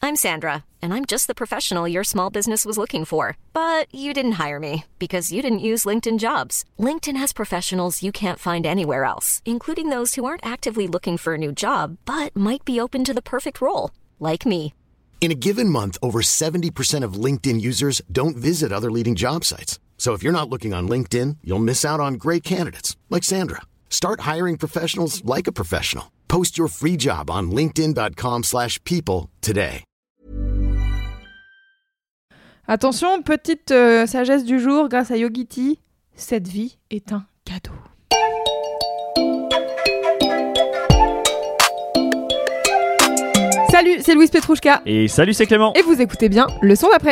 I'm Sandra, and I'm just the professional your small business was looking for. But you didn't hire me because you didn't use LinkedIn Jobs. LinkedIn has professionals you can't find anywhere else, including those who aren't actively looking for a new job, but might be open to the perfect role, like me. In a given month, over 70% of LinkedIn users don't visit other leading job sites. So if you're not looking on LinkedIn, you'll miss out on great candidates like Sandra. Start hiring professionals like a professional. Post your free job on linkedin.com/people today. Attention, petite sagesse du jour grâce à Yogiti, cette vie est un cadeau. Salut, c'est Louise Petrouchka. Et salut, c'est Clément. Et vous écoutez bien le son d'après.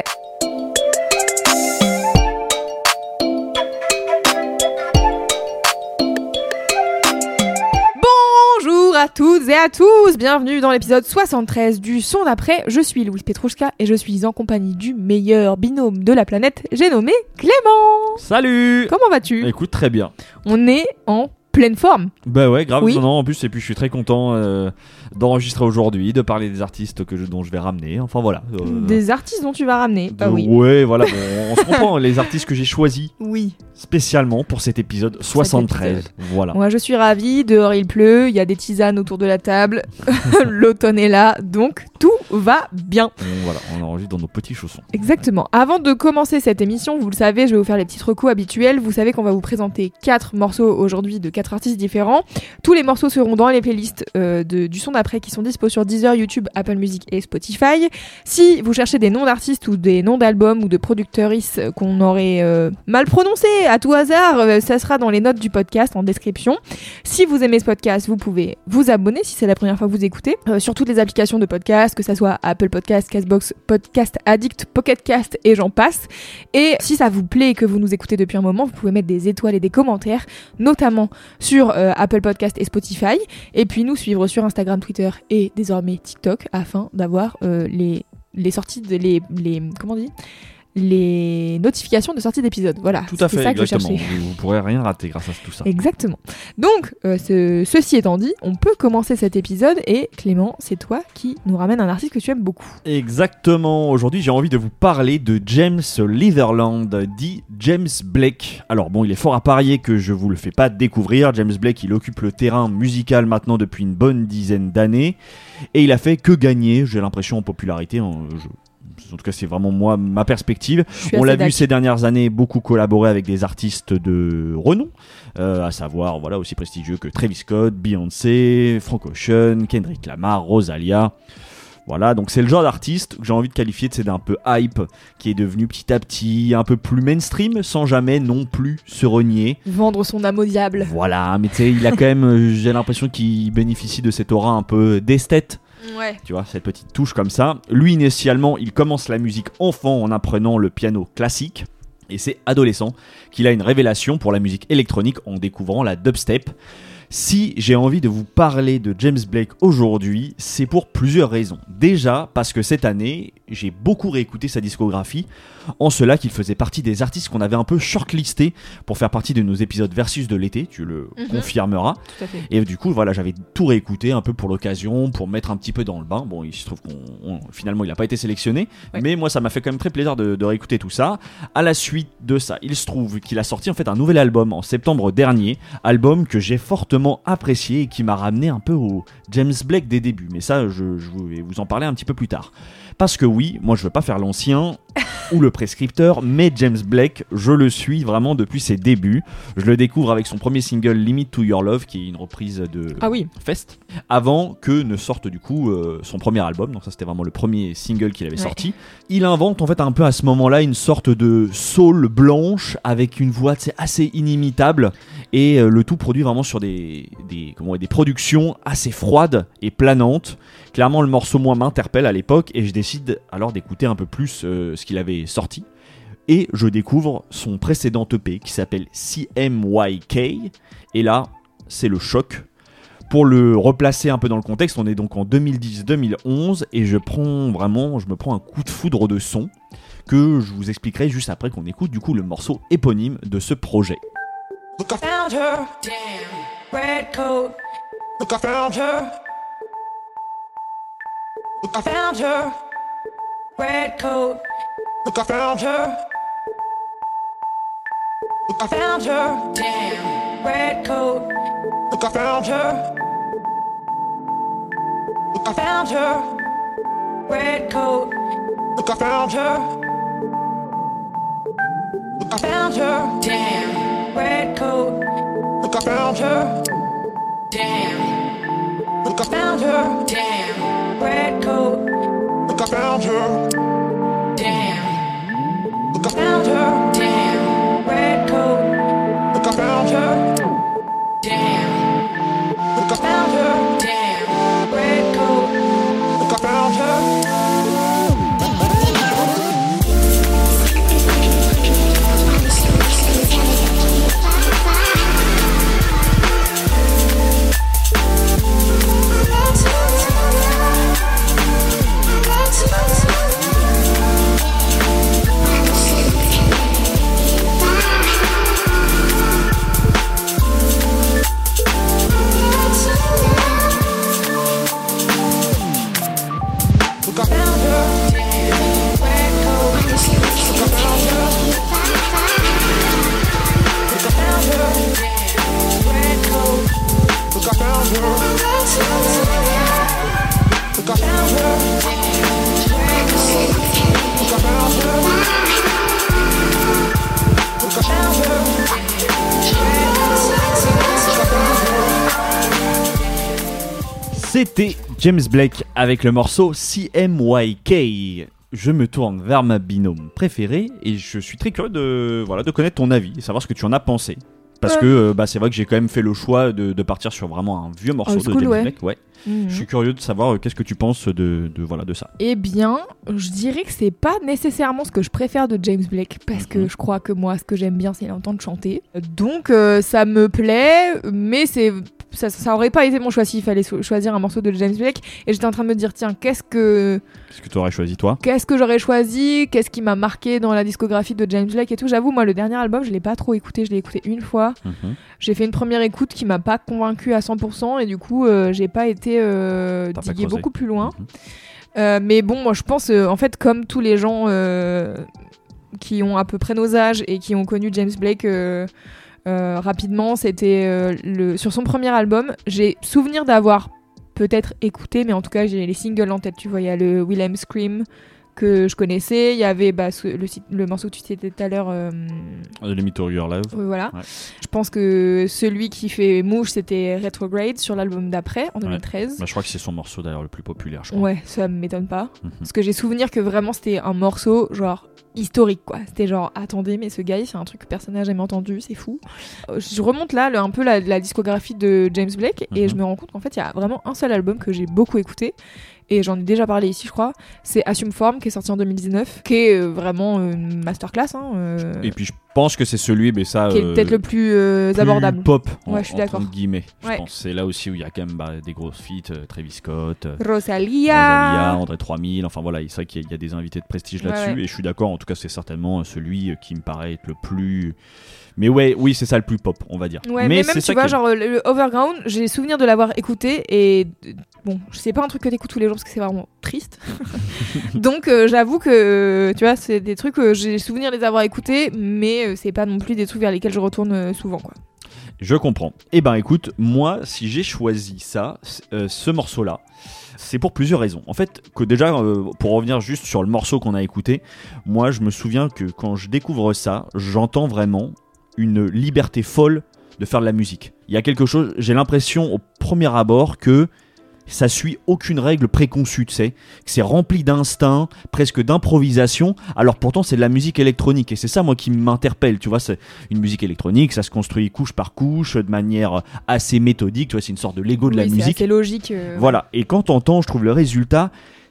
Bonjour à toutes et à tous, bienvenue dans l'épisode 73 du son d'après. Je suis Louise Petrouchka et je suis en compagnie du meilleur binôme de la planète, j'ai nommé Clément. Salut. Comment vas-tu ? Écoute, très bien. On est en pleine forme. Bah ouais, grave. Oui. Non, en plus, et puis je suis très content d'enregistrer aujourd'hui, de parler des artistes dont je vais ramener. Enfin voilà. Des artistes dont tu vas ramener. Ah oui. Ouais, voilà. Bon, on se comprend. Les artistes que j'ai choisis. Oui. Spécialement pour cet épisode 73. Voilà. Moi, je suis ravie. Dehors, il pleut. Il y a des tisanes autour de la table. L'automne est là. Donc, tout va bien. Voilà, on enregistre dans nos petits chaussons. Exactement. Avant de commencer cette émission, vous le savez, je vais vous faire les petits recos habituels. Vous savez qu'on va vous présenter 4 morceaux aujourd'hui de 4 artistes différents. Tous les morceaux seront dans les playlists du son d'après qui sont dispo sur Deezer, YouTube, Apple Music et Spotify. Si vous cherchez des noms d'artistes ou des noms d'albums ou de producteuristes qu'on aurait mal prononcés à tout hasard, ça sera dans les notes du podcast en description. Si vous aimez ce podcast, vous pouvez vous abonner si c'est la première fois que vous écoutez sur toutes les applications de podcast, que ça soit Apple Podcast, Castbox, Podcast Addict, Pocket Cast et j'en passe. Et si ça vous plaît et que vous nous écoutez depuis un moment, vous pouvez mettre des étoiles et des commentaires, notamment sur Apple Podcast et Spotify. Et puis nous suivre sur Instagram, Twitter et désormais TikTok afin d'avoir les sorties de comment on dit, les notifications de sortie d'épisodes. Voilà. Tout à fait, ça que exactement. je cherchais. Vous pourrez rien rater grâce à tout ça. Exactement. Donc, ceci étant dit, on peut commencer cet épisode et Clément, c'est toi qui nous ramène un artiste que tu aimes beaucoup. Exactement. Aujourd'hui, j'ai envie de vous parler de James Litherland, dit James Blake. Alors bon, il est fort à parier que je vous le fais pas découvrir. James Blake, il occupe le terrain musical maintenant depuis une bonne dizaine d'années et il a fait que gagner, j'ai l'impression, en popularité. En tout cas, c'est vraiment moi, ma perspective. On l'a vu ces dernières années beaucoup collaborer avec des artistes de renom, à savoir voilà, aussi prestigieux que Travis Scott, Beyoncé, Frank Ocean, Kendrick Lamar, Rosalia. Voilà, donc c'est le genre d'artiste que j'ai envie de qualifier d'un peu hype, qui est devenu petit à petit un peu plus mainstream, sans jamais non plus se renier. Vendre son âme au diable. Voilà, mais tu sais, il a quand même, j'ai l'impression qu'il bénéficie de cette aura un peu d'esthète. Ouais. Tu vois, cette petite touche comme ça. Lui, initialement, il commence la musique enfant en apprenant le piano classique. Et c'est adolescent qu'il a une révélation pour la musique électronique en découvrant la dubstep. Si j'ai envie de vous parler de James Blake aujourd'hui, c'est pour plusieurs raisons. Déjà, parce que cette année, j'ai beaucoup réécouté sa discographie, en cela qu'il faisait partie des artistes qu'on avait un peu shortlistés pour faire partie de nos épisodes versus de l'été, tu le confirmeras. Tout à fait. Et du coup, voilà, j'avais tout réécouté un peu pour l'occasion, pour me mettre un petit peu dans le bain. Bon, il se trouve finalement, il n'a pas été sélectionné, mais moi, ça m'a fait quand même très plaisir de réécouter tout ça. À la suite de ça, il se trouve qu'il a sorti en fait un nouvel album en septembre dernier, album que j'ai fortement apprécié et qui m'a ramené un peu au James Blake des débuts. Mais ça, je vais vous en parler un petit peu plus tard. Parce que oui, moi je veux pas faire l'ancien ou le prescripteur, mais James Blake, je le suis vraiment depuis ses débuts. Je le découvre avec son premier single Limit to Your Love, qui est une reprise de Fest, avant que ne sorte du coup son premier album. Donc ça c'était vraiment le premier single qu'il avait sorti. Il invente en fait un peu à ce moment-là une sorte de soul blanche avec une voix assez inimitable et le tout produit vraiment sur des productions assez froides et planantes. Clairement, le morceau moi m'interpelle à l'époque et je décide alors d'écouter un peu plus ce qu'il avait sorti. Et je découvre son précédent EP qui s'appelle CMYK. Et là, c'est le choc. Pour le replacer un peu dans le contexte, on est donc en 2010-2011 et je me prends un coup de foudre de son que je vous expliquerai juste après qu'on écoute du coup le morceau éponyme de ce projet. Look, I found her. Damn. Red coat. Look, I found her. Look, I found her. red coat. Look, I found her. Look, I found her. Damn, red coat. Look, I found her. Look, I found her. Red coat. Look, I found her. Look, I found her. Damn, red coat. Look, I found her. Damn. Look, I found her. Damn, red coat. Look, I found her. Damn. Look, I found her. Damn, red coat. Look, I found her. Damn. Look, I found her. Damn, red coat. Look, I found her. C'était James Blake avec le morceau CMYK. Je me tourne vers ma binôme préférée et je suis très curieux de connaître ton avis et savoir ce que tu en as pensé. Parce que c'est vrai que j'ai quand même fait le choix de partir sur vraiment un vieux morceau de James Blake. Ouais. Mm-hmm. Je suis curieux de savoir qu'est-ce que tu penses de ça. Eh bien, je dirais que c'est pas nécessairement ce que je préfère de James Blake parce que je crois que moi, ce que j'aime bien, c'est l'entendre chanter. Donc ça me plaît, mais ça aurait pas été mon choix s'il fallait choisir un morceau de James Blake. Et j'étais en train de me dire, tiens, qu'est-ce que tu aurais choisi toi ? Qu'est-ce que j'aurais choisi ? Qu'est-ce qui m'a marqué dans la discographie de James Blake et tout ? J'avoue, moi, le dernier album, je l'ai pas trop écouté. Je l'ai écouté une fois. J'ai fait une première écoute qui m'a pas convaincue à 100% et du coup, j'ai pas été diguer beaucoup plus loin. Mais bon, moi, je pense, en fait, comme tous les gens qui ont à peu près nos âges et qui ont connu James Blake rapidement, c'était sur son premier album. J'ai souvenir d'avoir peut-être écouté, mais en tout cas j'ai les singles en tête. Tu vois, il y a le Will I'm Scream que je connaissais, il y avait le morceau que tu citais tout à l'heure, Let Me Tour Your Love. Voilà. Ouais. Je pense que celui qui fait mouche, c'était Retrograde sur l'album d'après en 2013. Je crois que c'est son morceau d'ailleurs le plus populaire, je crois. Ouais, ça m'étonne pas. Parce que j'ai souvenir que vraiment c'était un morceau genre historique, quoi. C'était genre, attendez, mais ce gars il fait un truc que personne n'a jamais entendu, c'est fou. Je remonte là un peu la discographie de James Blake et je me rends compte qu'en fait il y a vraiment un seul album que j'ai beaucoup écouté. Et j'en ai déjà parlé ici, je crois. C'est Assume Form, qui est sorti en 2019, qui est vraiment une masterclass. Et puis je pense que c'est celui, mais ça, qui est peut-être le plus abordable. Pop, ouais, je suis d'accord. Entre guillemets. Je pense c'est là aussi où il y a quand même des grosses feats, Travis Scott, Rosalia, André 3000. Enfin voilà, c'est vrai qu'il y a des invités de prestige là-dessus. Ouais. Et je suis d'accord. En tout cas, c'est certainement celui qui me paraît être le plus. Mais oui, c'est ça le plus pop, on va dire. Ouais, mais même tu vois, genre le Overground, j'ai souvenir de l'avoir écouté et bon, c'est pas un truc que t'écoutes tous les jours parce que c'est vraiment triste. Donc j'avoue que tu vois, c'est des trucs que j'ai souvenir de les avoir écoutés, mais c'est pas non plus des trucs vers lesquels je retourne souvent, quoi. Je comprends. Eh ben écoute, moi, si j'ai choisi ce morceau-là, c'est pour plusieurs raisons. En fait, que déjà, pour revenir juste sur le morceau qu'on a écouté, moi, je me souviens que quand je découvre ça, j'entends vraiment une liberté folle de faire de la musique. Il y a quelque chose, j'ai l'impression au premier abord que ça suit aucune règle préconçue, tu sais, que c'est rempli d'instinct, presque d'improvisation, alors pourtant c'est de la musique électronique et c'est ça moi qui m'interpelle, tu vois, c'est une musique électronique, ça se construit couche par couche, de manière assez méthodique, tu vois, c'est une sorte de Lego de la musique. C'est assez logique. Voilà, et quand t'entends, je trouve le résultat,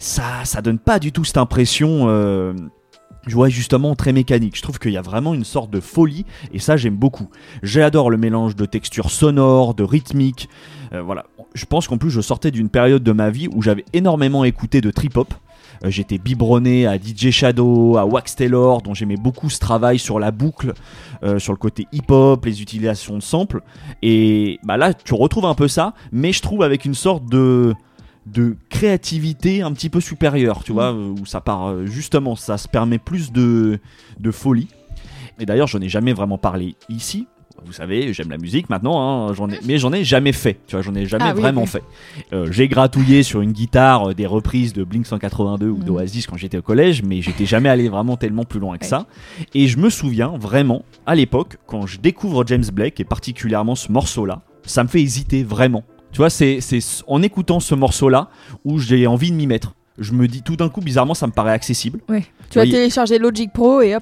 ça donne pas du tout cette impression... je vois justement très mécanique. Je trouve qu'il y a vraiment une sorte de folie et ça j'aime beaucoup. J'adore le mélange de textures sonores, de rythmiques. Voilà. Je pense qu'en plus je sortais d'une période de ma vie où j'avais énormément écouté de trip-hop. J'étais biberonné à DJ Shadow, à Wax Taylor, dont j'aimais beaucoup ce travail sur la boucle, sur le côté hip-hop, les utilisations de samples. Et bah là tu retrouves un peu ça, mais je trouve avec une sorte de de créativité un petit peu supérieure, tu vois, où ça part justement, ça se permet plus de folie. Et d'ailleurs, je n'ai jamais vraiment parlé ici. Vous savez, j'aime la musique maintenant, hein, mais j'en ai jamais fait. Tu vois, j'en ai jamais vraiment fait. J'ai gratouillé sur une guitare des reprises de Blink 182 ou d'Oasis quand j'étais au collège, mais j'étais jamais allé vraiment tellement plus loin que ça. Et je me souviens vraiment, à l'époque, quand je découvre James Blake, et particulièrement ce morceau-là, ça me fait hésiter vraiment. Tu vois, c'est en écoutant ce morceau-là où j'ai envie de m'y mettre. Je me dis tout d'un coup, bizarrement, ça me paraît accessible. Ouais. Tu vas télécharger Logic Pro et hop.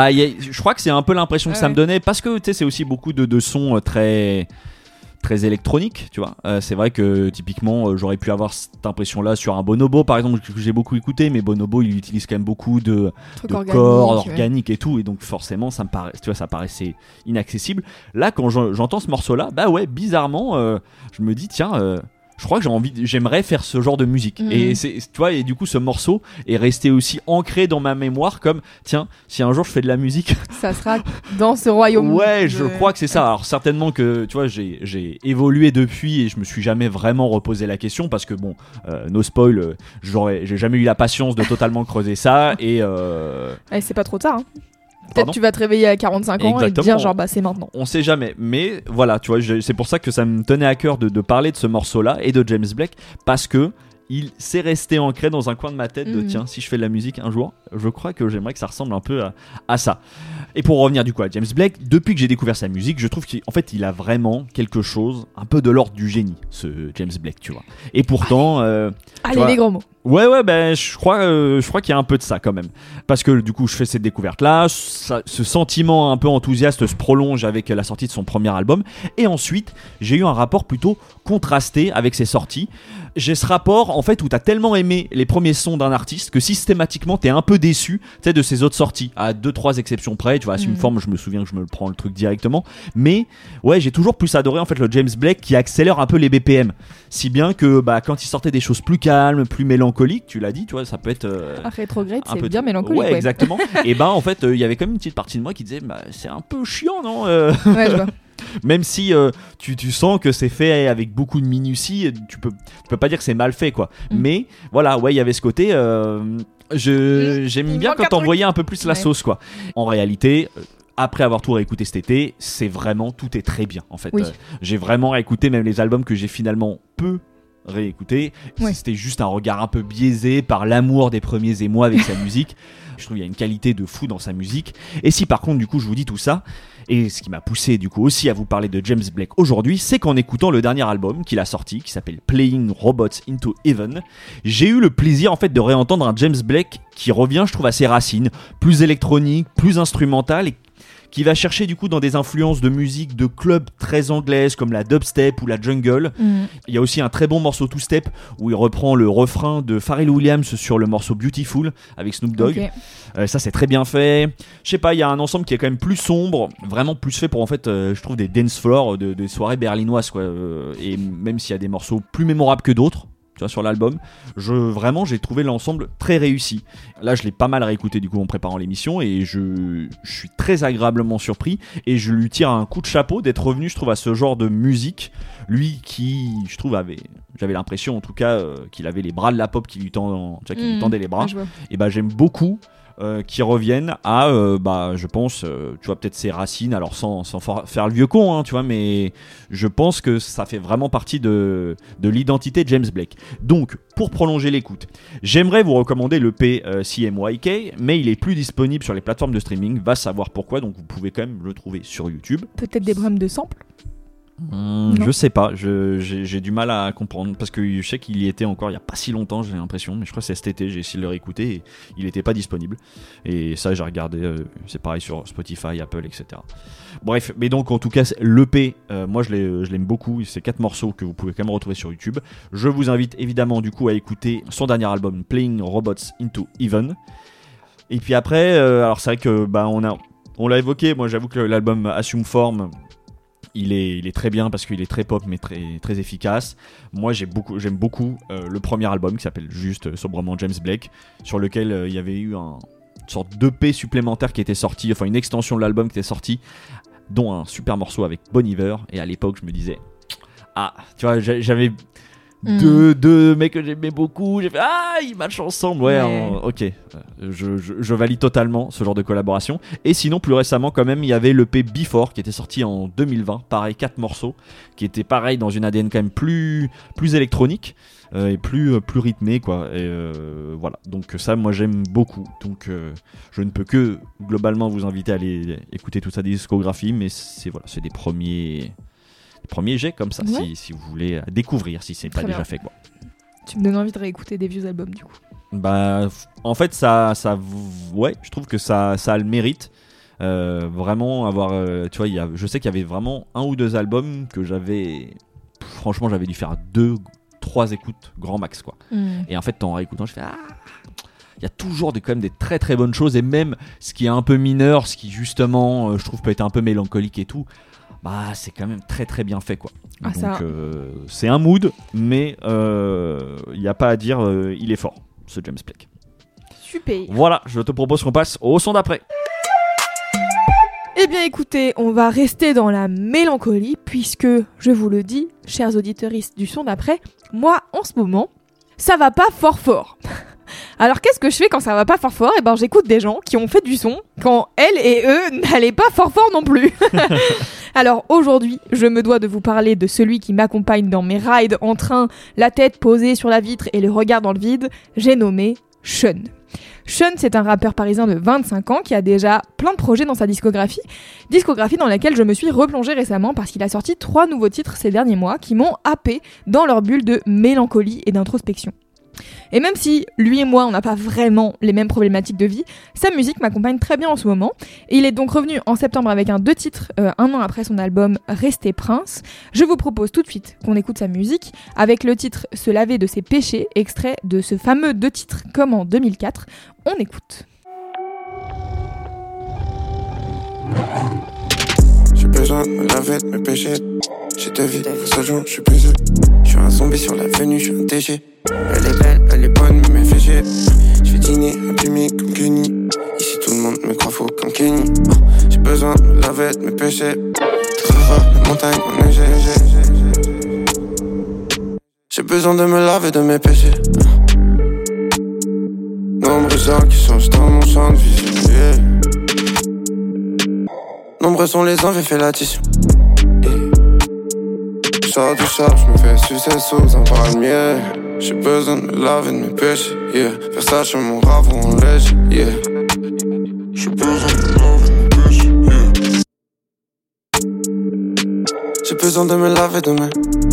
Je crois que c'est un peu l'impression que ça me donnait, parce que tu sais, c'est aussi beaucoup de sons très électroniques, tu vois. C'est vrai que typiquement, j'aurais pu avoir cette impression-là sur un Bonobo, par exemple, que j'ai beaucoup écouté, mais Bonobo, il utilise quand même beaucoup de cordes organiques et tout, et donc forcément, ça paraissait inaccessible. Là, quand j'entends ce morceau-là, bizarrement, je me dis, tiens. Je crois que j'aimerais faire ce genre de musique. Et tu vois, et du coup, ce morceau est resté aussi ancré dans ma mémoire comme, tiens, si un jour je fais de la musique, ça sera dans ce royaume. Ouais, je crois que c'est ça. Alors certainement que, tu vois, j'ai évolué depuis et je me suis jamais vraiment reposé la question parce que bon, no spoil, j'ai jamais eu la patience de totalement creuser ça et. C'est pas trop tard. Hein. Peut-être tu vas te réveiller à 45 ans et te dire genre c'est maintenant. On sait jamais, mais voilà, tu vois, c'est pour ça que ça me tenait à cœur de parler de ce morceau-là et de James Blake, parce que il s'est resté ancré dans un coin de ma tête de tiens, si je fais de la musique un jour, je crois que j'aimerais que ça ressemble un peu à ça. Et pour revenir du coup à James Blake, depuis que j'ai découvert sa musique, je trouve qu'en fait il a vraiment quelque chose un peu de l'ordre du génie, ce James Blake, tu vois. Et pourtant allez les gros mots. Ouais, je crois qu'il y a un peu de ça quand même. Parce que du coup, je fais cette découverte-là, ce sentiment un peu enthousiaste se prolonge avec la sortie de son premier album. Et ensuite, j'ai eu un rapport plutôt contrasté avec ses sorties. J'ai ce rapport, en fait, où t'as tellement aimé les premiers sons d'un artiste que systématiquement, t'es un peu déçu, tu sais, de ses autres sorties. À 2-3 exceptions près, tu vois, Assume Forme, je me souviens que je me prends le truc directement. Mais, ouais, j'ai toujours plus adoré, en fait, le James Blake qui accélère un peu les BPM. Si bien que, quand il sortait des choses plus calmes, plus mélancolique, tu l'as dit, tu vois, ça peut être rétrograde, c'est bien mélancolique. Ouais, exactement. Et en fait, il y avait quand même une petite partie de moi qui disait c'est un peu chiant, non? Ouais, je vois. Même si tu sens que c'est fait avec beaucoup de minutie, tu peux pas dire que c'est mal fait, quoi. Mais voilà, ouais, il y avait ce côté j'aime bien quand t'envoyais un peu plus la sauce, quoi. En réalité, après avoir tout réécouté cet été, c'est vraiment, tout est très bien, en fait. Oui. J'ai vraiment réécouté même les albums que j'ai finalement peu réécouter, c'était juste un regard un peu biaisé par l'amour des premiers émois avec sa musique. Je trouve qu'il y a une qualité de fou dans sa musique. Et si par contre du coup je vous dis tout ça, et ce qui m'a poussé du coup aussi à vous parler de James Blake aujourd'hui, c'est qu'en écoutant le dernier album qu'il a sorti, qui s'appelle Playing Robots into Heaven, j'ai eu le plaisir en fait de réentendre un James Blake qui revient, je trouve, à ses racines, plus électronique, plus instrumental, et qui va chercher du coup dans des influences de musique de club très anglaises comme la dubstep ou la jungle. Il y a aussi un très bon morceau two-step où il reprend le refrain de Pharrell Williams sur le morceau Beautiful avec Snoop Dogg. Ça c'est très bien fait. Je sais pas, il y a un ensemble qui est quand même plus sombre, vraiment plus fait pour en fait, je trouve, des dance floors, des soirées berlinoises, quoi. Et même s'il y a des morceaux plus mémorables que d'autres, tu vois, sur l'album, j'ai trouvé l'ensemble très réussi. Là, je l'ai pas mal réécouté du coup en préparant l'émission et je suis très agréablement surpris et je lui tire un coup de chapeau d'être revenu, je trouve, à ce genre de musique. Lui qui, je trouve, j'avais l'impression en tout cas qu'il avait les bras de la pop qui lui tendait les bras. Et j'aime beaucoup qui reviennent à je pense tu vois, peut-être ses racines, alors sans faire le vieux con, hein, tu vois, mais je pense que ça fait vraiment partie de l'identité de James Blake. Donc pour prolonger l'écoute, j'aimerais vous recommander l'EP CMYK, mais il est plus disponible sur les plateformes de streaming, va savoir pourquoi, donc vous pouvez quand même le trouver sur YouTube. Peut-être des problèmes de sample. Je sais pas, j'ai du mal à comprendre parce que je sais qu'il y était encore il y a pas si longtemps, j'ai l'impression, mais je crois que c'est cet été, j'ai essayé de le réécouter et il était pas disponible. Et ça, j'ai regardé, c'est pareil sur Spotify, Apple, etc. Bref, mais donc en tout cas, l'EP, moi je l'aime beaucoup, c'est 4 morceaux que vous pouvez quand même retrouver sur YouTube. Je vous invite évidemment du coup à écouter son dernier album, Playing Robots into Heaven. Et puis après, alors c'est vrai que on l'a évoqué, moi j'avoue que l'album Assume Forme, il est très bien parce qu'il est très pop mais très, très efficace. Moi j'aime beaucoup le premier album qui s'appelle juste sobrement James Blake, sur lequel il y avait eu une sorte d'EP supplémentaire qui était sorti, enfin une extension de l'album qui était sortie, dont un super morceau avec Bon Iver. Et à l'époque je me disais, tu vois, deux mecs que j'aimais beaucoup. J'ai fait ils matchent ensemble. Ouais. Ok. Je valide totalement ce genre de collaboration. Et sinon, plus récemment, quand même, il y avait l'EP Before qui était sorti en 2020. Pareil, 4 morceaux qui étaient pareil dans une ADN quand même plus électronique. Et plus rythmé quoi et voilà, donc ça moi j'aime beaucoup, donc je ne peux que globalement vous inviter à aller écouter toute sa discographie, mais c'est des premiers jets comme ça, si vous voulez découvrir, si c'est pas déjà fait quoi. Tu me donnes envie de réécouter des vieux albums du coup. Bah en fait ça ouais, je trouve que ça a le mérite. Vraiment avoir tu vois, je sais qu'il y avait vraiment 1 ou 2 albums que j'avais dû faire 2-3 écoutes grand max quoi. Et en fait en réécoutant je fais il y a toujours quand même des très très bonnes choses, et même ce qui est un peu mineur, ce qui justement je trouve peut être un peu mélancolique et tout, bah c'est quand même très très bien fait quoi. Donc c'est un mood, mais il n'y a pas à dire, il est fort ce James Blake. Super. Voilà, je te propose qu'on passe au son d'après. Eh bien écoutez, on va rester dans la mélancolie puisque, je vous le dis, chers auditeuristes du son d'après, moi en ce moment, ça va pas fort. Alors qu'est-ce que je fais quand ça va pas fort ? Eh ben j'écoute des gens qui ont fait du son quand elles et eux n'allaient pas fort non plus. Alors aujourd'hui, je me dois de vous parler de celui qui m'accompagne dans mes rides en train, la tête posée sur la vitre et le regard dans le vide, j'ai nommé Sean. Sean, c'est un rappeur parisien de 25 ans qui a déjà plein de projets dans sa discographie dans laquelle je me suis replongée récemment parce qu'il a sorti 3 nouveaux titres ces derniers mois qui m'ont happé dans leur bulle de mélancolie et d'introspection. Et même si lui et moi on n'a pas vraiment les mêmes problématiques de vie, sa musique m'accompagne très bien en ce moment, et il est donc revenu en septembre avec 2 titres, 1 an après son album Rester Prince. Je vous propose tout de suite qu'on écoute sa musique avec le titre Se laver de ses péchés, extrait de ce fameux 2 titres comme en 2004. On écoute. J'ai besoin de me laver de mes péchés. J'ai deux vies, ce jour je suis baisé. Je suis un zombie sur l'avenue, je suis un déchet. Elle est belle, elle est bonne, mais mes féchés. Je vais dîner un pimier comme Kenny. Ici tout le monde me croit faux comme Kenny. J'ai besoin de me laver de mes péchés. Très fort, les montagnes enneigées. J'ai besoin de me laver de mes péchés. Nombreux gens qui changent dans mon champ de vision. Nombreux sont les envies, fait l'addition. Je sors du char, je me fais sucer sous un palmier. J'ai besoin de me laver de mes péchés, yeah. Versace mon rave en léger, yeah. J'ai besoin de me laver de mes péchés, yeah. J'ai besoin de me laver de mes...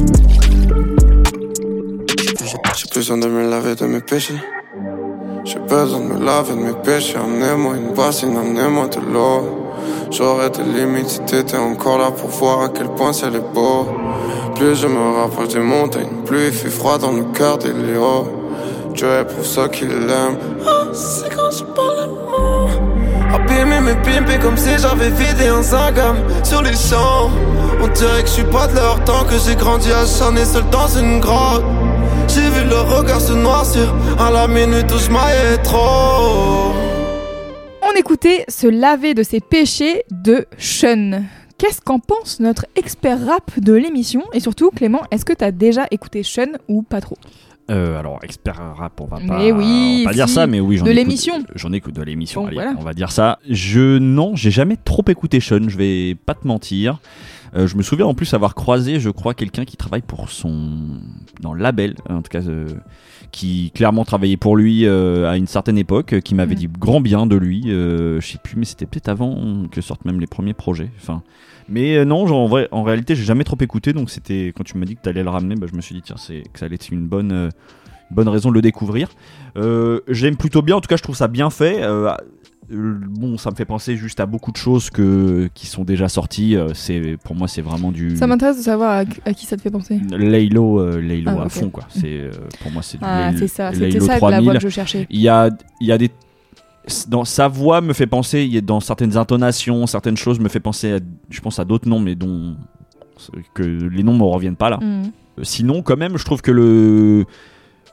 J'ai besoin de me laver de mes péchés. J'ai besoin de me laver de mes péchés. Amenez-moi une bassine, amenez-moi de l'eau. J'aurais des limites si t'étais encore là pour voir à quel point c'est beau. Plus je me rapproche des montagnes, plus il fait froid dans le cœur des lions. Dieu est pour ceux qui l'aiment. C'est quand je parle l'amour. Abîmer mes pimpés comme si j'avais vidé un zagam sur les champs. On dirait que je suis pas de leur temps, que j'ai grandi acharné seul dans une grotte. J'ai vu leur regard se noircir à la minute où je maillais trop. On écoutait Se laver de ses péchés de Sean. Qu'est-ce qu'en pense notre expert rap de l'émission ? Et surtout, Clément, est-ce que t'as déjà écouté Sean ou pas trop ? Alors, expert rap, on va pas dire ça, mais oui, j'en écoute de l'émission. Bon, allez, voilà. On va dire ça. Non, j'ai jamais trop écouté Sean, je vais pas te mentir. Je me souviens en plus avoir croisé, je crois, quelqu'un qui travaille dans le label, en tout cas, qui clairement travaillait pour lui à une certaine époque, qui m'avait dit grand bien de lui. Je sais plus, mais c'était peut-être avant que sortent même les premiers projets. Enfin, mais non, en réalité, j'ai jamais trop écouté. Donc c'était quand tu m'as dit que t'allais le ramener, je me suis dit tiens, que ça allait être une bonne raison de le découvrir. J'aime plutôt bien, en tout cas, je trouve ça bien fait. Bon, ça me fait penser juste à beaucoup de choses qui sont déjà sorties. Pour moi, c'est vraiment du. Ça m'intéresse de savoir à qui ça te fait penser. Laylo à fond, quoi. Pour moi, c'est du c'est ça. C'était Laylo ça 3000. la voix que je cherchais. Il y a des. Dans sa voix me fait penser, dans certaines intonations, certaines choses me fait penser, je pense à d'autres noms, mais que les noms me reviennent pas là. Sinon, quand même, je trouve que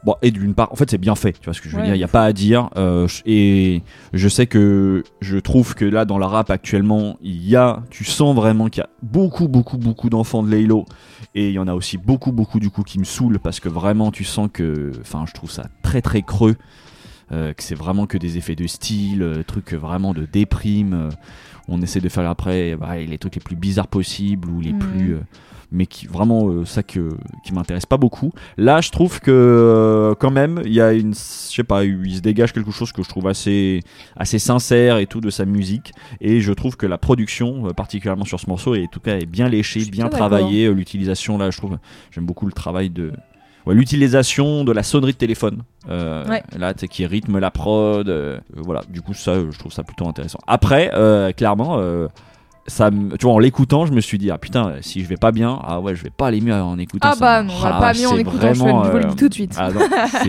Bon, et d'une part, en fait, c'est bien fait, tu vois ce que je veux Ouais. dire, il n'y a pas à dire. Et je sais que je trouve que là, dans la rap actuellement, tu sens vraiment qu'il y a beaucoup d'enfants de Laylo. Et il y en a aussi beaucoup du coup qui me saoulent parce que vraiment, tu sens que. Enfin, je trouve ça très très creux. Que c'est vraiment que des effets de style, trucs vraiment de déprime. On essaie de faire après les trucs les plus bizarres possibles ou les plus. Mais qui vraiment ça qui m'intéresse pas beaucoup. Là, je trouve que quand même il y a il se dégage quelque chose que je trouve assez sincère et tout de sa musique. Et je trouve que la production, particulièrement sur ce morceau, en tout cas est bien léchée, bien travaillée. L'utilisation là, je trouve, j'aime beaucoup le travail de. Ouais, l'utilisation de la sonnerie de téléphone là qui rythme la prod, voilà, du coup ça je trouve ça plutôt intéressant. Après clairement tu vois, en l'écoutant je me suis dit putain, si je vais pas bien, je vais pas aller mieux en écoutant ça. Bah non, on va pas mieux en écoutant, vraiment, je vous le dis tout de suite. Non,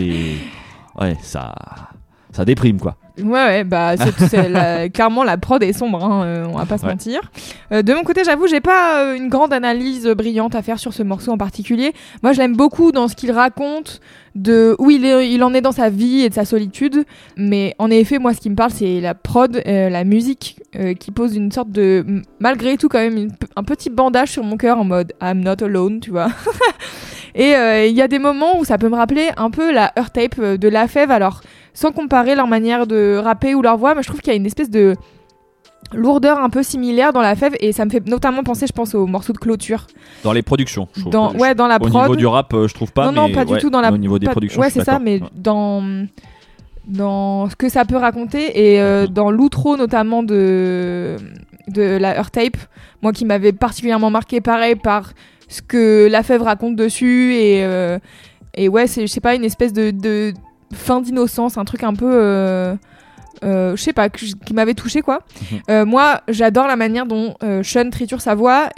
ça déprime quoi. Ouais, bah clairement la prod est sombre, on va pas se mentir. De mon côté, j'avoue, j'ai pas une grande analyse brillante à faire sur ce morceau en particulier. Moi, je l'aime beaucoup dans ce qu'il raconte, de où il en est dans sa vie et de sa solitude. Mais en effet, moi, ce qui me parle, c'est la prod, la musique, qui pose une sorte de, malgré tout, quand même, un petit bandage sur mon cœur en mode I'm not alone, tu vois. Et il y a des moments où ça peut me rappeler un peu la Earth Tape de La Fève, alors sans comparer leur manière de rapper ou leur voix, mais je trouve qu'il y a une espèce de lourdeur un peu similaire dans La Fève, et ça me fait notamment penser, je pense, au morceau de clôture. Dans les productions, je trouve. Dans la prod. Au niveau du rap, je trouve pas. Non, pas du tout dans au niveau des productions. Ouais, c'est ça, mais dans ce que ça peut raconter, et dans l'outro notamment de la Earth Tape, moi qui m'avait particulièrement marqué, pareil, par ce que La Fève raconte dessus, et ouais, c'est, je sais pas, une espèce de fin d'innocence, un truc un peu je sais pas, qui m'avait touché quoi. Moi j'adore la manière dont Sean triture sa voix,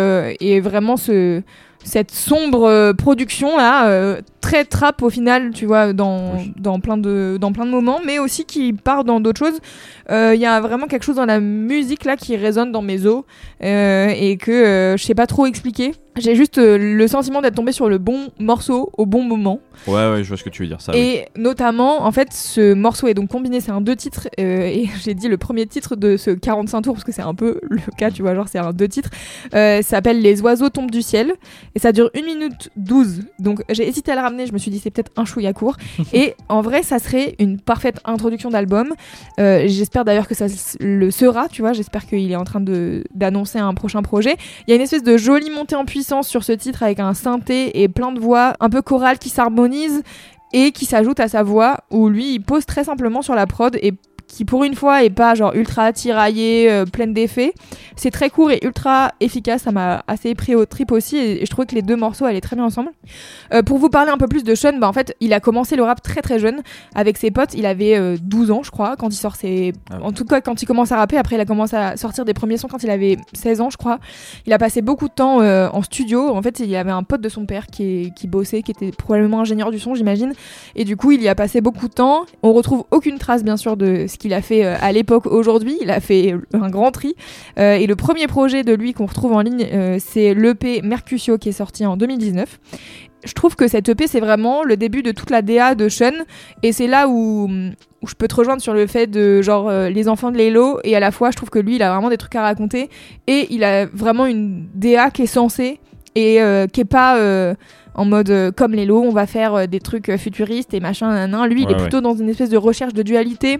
et vraiment cette sombre production là, très trap au final, tu vois, dans plein de moments, mais aussi qui part dans d'autres choses. Il y a vraiment quelque chose dans la musique là qui résonne dans mes os, et que je sais pas trop expliquer. J'ai juste le sentiment d'être tombé sur le bon morceau au bon moment. Ouais, je vois ce que tu veux dire, ça. Et notamment, en fait, ce morceau est donc combiné, c'est un 2 titres, et j'ai dit le premier titre de ce 45 tours parce que c'est un peu le cas, tu vois, genre c'est un 2 titres. Ça s'appelle Les oiseaux tombent du ciel, et ça dure 1 minute 12. Donc j'ai hésité à le ramener, je me suis dit c'est peut-être un chouïa court. Et en vrai, ça serait une parfaite introduction d'album. J'espère d'ailleurs que ça le sera, tu vois, j'espère qu'il est en train d'annoncer un prochain projet. Il y a une espèce de jolie montée en puissance sur ce titre avec un synthé et plein de voix un peu chorales qui s'harmonisent et qui s'ajoutent à sa voix, où lui il pose très simplement sur la prod, et qui pour une fois est pas genre ultra tiraillée, pleine d'effets. C'est très court et ultra efficace, ça m'a assez pris au trip aussi, et je trouvais que les deux morceaux allaient très bien ensemble. Pour vous parler un peu plus de Sean, en fait il a commencé le rap très très jeune avec ses potes, il avait 12 ans je crois quand il sort en tout cas quand il commence à rapper. Après il a commencé à sortir des premiers sons quand il avait 16 ans je crois. Il a passé beaucoup de temps en studio. En fait il avait un pote de son père qui bossait, qui était probablement ingénieur du son j'imagine, et du coup il y a passé beaucoup de temps. On retrouve aucune trace bien sûr de ce qu'il a fait à l'époque. Aujourd'hui il a fait un grand tri, et le premier projet de lui qu'on retrouve en ligne, c'est l'EP Mercutio qui est sorti en 2019. Je trouve que cette EP c'est vraiment le début de toute la DA de Sean, et c'est là où je peux te rejoindre sur le fait de genre les enfants de Laylo, et à la fois je trouve que lui il a vraiment des trucs à raconter, et il a vraiment une DA qui est sensée et qui est pas en mode comme Laylo on va faire des trucs futuristes et machin nanan. Lui il est plutôt dans une espèce de recherche de dualité.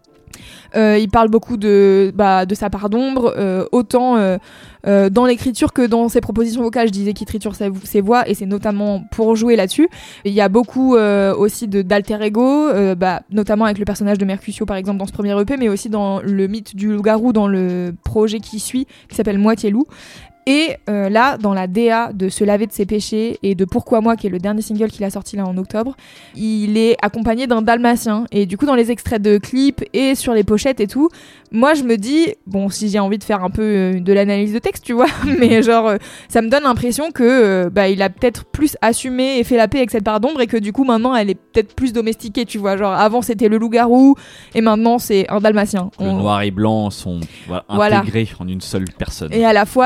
Il parle beaucoup de sa part d'ombre, autant dans l'écriture que dans ses propositions vocales. Je disais qu'il triture ses voix, et c'est notamment pour jouer là-dessus. Il y a beaucoup aussi d'alter ego, notamment avec le personnage de Mercutio par exemple dans ce premier EP, mais aussi dans le mythe du loup-garou dans le projet qui suit, qui s'appelle Moitié loup. Et là, dans la DA de Se laver de ses péchés et de Pourquoi moi, qui est le dernier single qu'il a sorti là en octobre, il est accompagné d'un dalmatien. Et du coup, dans les extraits de clips et sur les pochettes et tout, moi je me dis, bon, si j'ai envie de faire un peu de l'analyse de texte, tu vois, mais genre, ça me donne l'impression que il a peut-être plus assumé et fait la paix avec cette part d'ombre, et que du coup, maintenant, elle est peut-être plus domestiquée, tu vois. Genre, avant, c'était le loup-garou, et maintenant, c'est un dalmatien. Le noir et blanc sont intégrés en une seule personne. Et à la fois, il est avec un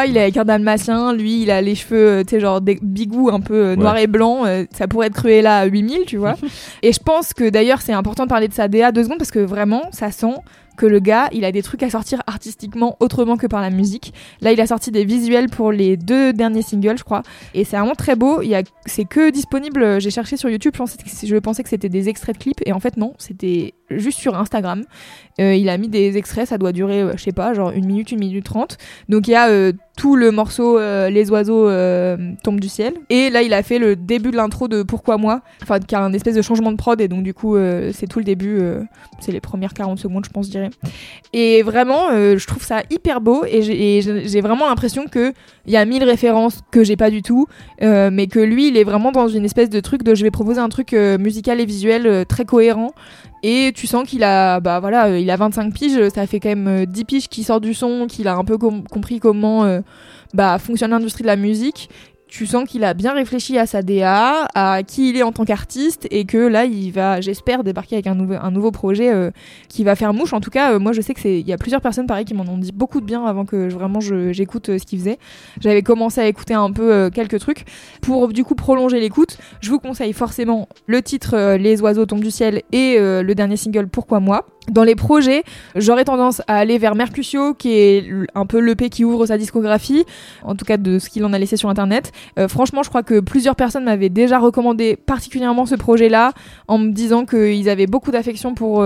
dalmatien, lui il a les cheveux tu sais genre des bigous un peu noirs et blancs, ça pourrait être Cruella à 8000 tu vois. Et je pense que d'ailleurs c'est important de parler de sa DA 2 secondes parce que vraiment ça sent que le gars, il a des trucs à sortir artistiquement autrement que par la musique. Là, il a sorti des visuels pour les 2 derniers singles, je crois. Et c'est vraiment très beau. C'est que disponible, j'ai cherché sur YouTube, je pensais que c'était des extraits de clips. Et en fait, non, c'était juste sur Instagram. Il a mis des extraits, ça doit durer, je sais pas, genre 1 minute 30. Donc il y a tout le morceau Les oiseaux tombent du ciel. Et là, il a fait le début de l'intro de Pourquoi moi, enfin, qui a un espèce de changement de prod. Et donc, du coup, c'est tout le début. C'est les premières 40 secondes, je pense, je dirais. Et vraiment, je trouve ça hyper beau. Et j'ai vraiment l'impression qu'il y a 1000 références que j'ai pas du tout. Mais que lui, il est vraiment dans une espèce de truc de je vais proposer un truc musical et visuel très cohérent. Et tu sens qu'il a, il a 25 piges, ça fait quand même 10 piges qu'il sort du son, qu'il a un peu compris comment fonctionne l'industrie de la musique. Tu sens qu'il a bien réfléchi à sa DA, à qui il est en tant qu'artiste, et que là, il va, j'espère, débarquer avec un nouveau projet qui va faire mouche. En tout cas, moi, je sais il y a plusieurs personnes, pareil, qui m'en ont dit beaucoup de bien avant que j'écoute ce qu'il faisait. J'avais commencé à écouter un peu quelques trucs. Pour, du coup, prolonger l'écoute, je vous conseille forcément le titre Les oiseaux tombent du ciel et le dernier single Pourquoi moi. Dans les projets, j'aurais tendance à aller vers Mercutio, qui est un peu l'EP qui ouvre sa discographie, en tout cas de ce qu'il en a laissé sur internet. Franchement, je crois que plusieurs personnes m'avaient déjà recommandé particulièrement ce projet-là, en me disant qu'ils avaient beaucoup d'affection pour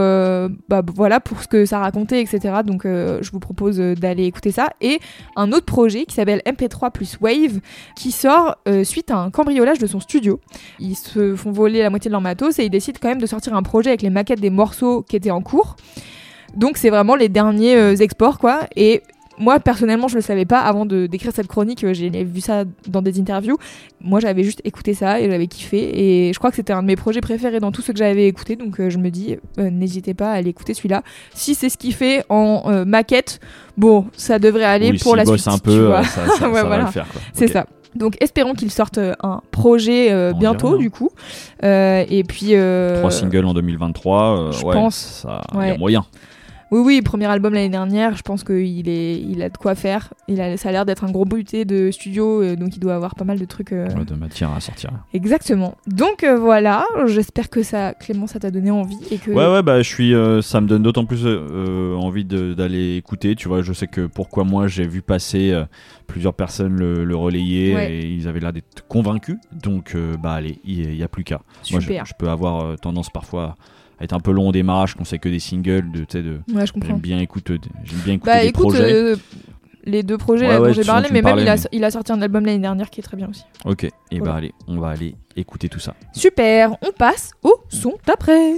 ce que ça racontait, etc. Donc je vous propose d'aller écouter ça. Et un autre projet qui s'appelle MP3 plus Wave, qui sort suite à un cambriolage de son studio. Ils se font voler la moitié de leur matos et ils décident quand même de sortir un projet avec les maquettes des morceaux qui étaient en cours. Donc c'est vraiment les derniers exports quoi. Et moi personnellement je le savais pas avant d'écrire cette chronique, j'ai vu ça dans des interviews. Moi j'avais juste écouté ça et j'avais kiffé et je crois que c'était un de mes projets préférés dans tout ce que j'avais écouté, donc je me dis n'hésitez pas à aller écouter celui-là. Si c'est ce qu'il fait en maquette, bon ça devrait aller pour la suite. Un peu, ça ouais, va le faire quoi. C'est ça. Donc espérons qu'il sorte un projet bientôt du coup. Et puis 3 singles en 2023, je pense ça y a moyen. Oui, premier album l'année dernière, je pense qu'il a de quoi faire. Ça a l'air d'être un gros buté de studio, donc il doit avoir pas mal de trucs. De matière à sortir. Exactement. Donc voilà, j'espère que Clément, ça t'a donné envie. Et que... Ouais, ça me donne d'autant plus envie d'aller écouter. Tu vois, je sais que Pourquoi moi, j'ai vu passer plusieurs personnes le relayer et ils avaient l'air d'être convaincus. Donc allez, il n'y a plus qu'à. Moi, je peux avoir tendance parfois être un peu long au démarrage quand c'est que des singles ouais, je comprends. J'aime bien écouter des projets. Les 2 projets dont j'ai parlé, mais même il a sorti un album l'année dernière qui est très bien aussi. Ok, et allez, on va aller écouter tout ça. Super, on passe au son d'après.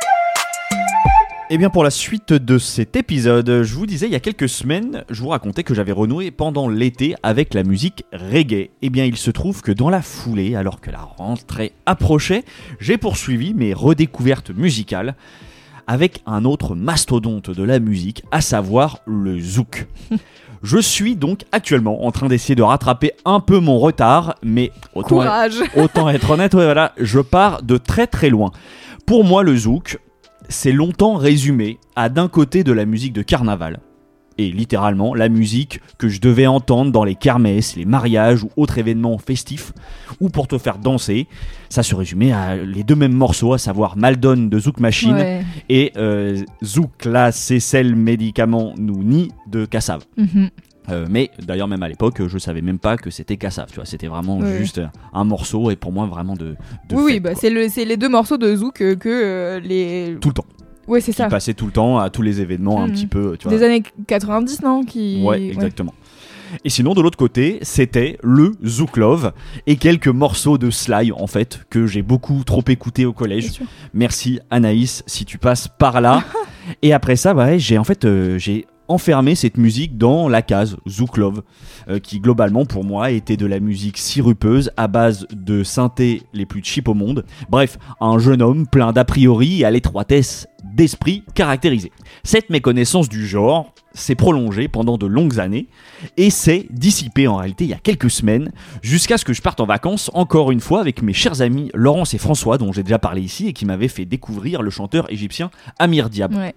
Et bien pour la suite de cet épisode, je vous disais il y a quelques semaines, je vous racontais que j'avais renoué pendant l'été avec la musique reggae. Et bien il se trouve que dans la foulée, alors que la rentrée approchait, j'ai poursuivi mes redécouvertes musicales avec un autre mastodonte de la musique, à savoir le zouk. Je suis donc actuellement en train d'essayer de rattraper un peu mon retard, mais autant être honnête, je pars de très très loin. Pour moi le zouk, c'est longtemps résumé à d'un côté de la musique de carnaval. Et littéralement, la musique que je devais entendre dans les kermesses, les mariages ou autres événements festifs, ou pour te faire danser. Ça se résumait à les 2 mêmes morceaux, à savoir Maldon de Zouk Machine et Zouk la Cécelle Médicament Nouni de Kassav. Mm-hmm. Mais d'ailleurs même à l'époque je savais même pas que c'était Kassav, tu vois, c'était vraiment juste un morceau et pour moi vraiment de c'est les 2 morceaux de Zouk que les tout le temps. Ouais, c'est ça. Qui passait tout le temps à tous les événements un petit peu, tu vois. Des années 90 non Ouais, exactement. Et sinon de l'autre côté, c'était le Zouk Love et quelques morceaux de Sly en fait que j'ai beaucoup trop écouté au collège. Merci Anaïs si tu passes par là. Et après ça, j'ai enfermé cette musique dans la case Zouk Love, qui globalement pour moi était de la musique sirupeuse à base de synthés les plus cheap au monde. Bref, un jeune homme plein d'a priori et à l'étroitesse d'esprit caractérisée. Cette méconnaissance du genre s'est prolongée pendant de longues années et s'est dissipée en réalité il y a quelques semaines jusqu'à ce que je parte en vacances encore une fois avec mes chers amis Laurence et François dont j'ai déjà parlé ici et qui m'avaient fait découvrir le chanteur égyptien Amir Diab.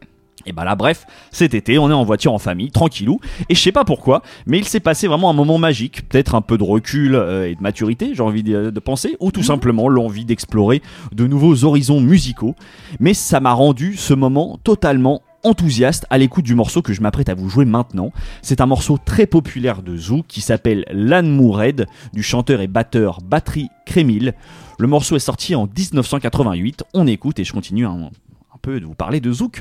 Et bah là bref, cet été on est en voiture en famille, tranquillou, et je sais pas pourquoi, mais il s'est passé vraiment un moment magique, peut-être un peu de recul et de maturité, j'ai envie de penser, ou tout simplement l'envie d'explorer de nouveaux horizons musicaux, mais ça m'a rendu ce moment totalement enthousiaste à l'écoute du morceau que je m'apprête à vous jouer maintenant. C'est un morceau très populaire de Zouk qui s'appelle L'Amour Red du chanteur et batteur Battery Crémil. Le morceau est sorti en 1988, on écoute et je continue un peu de vous parler de Zouk.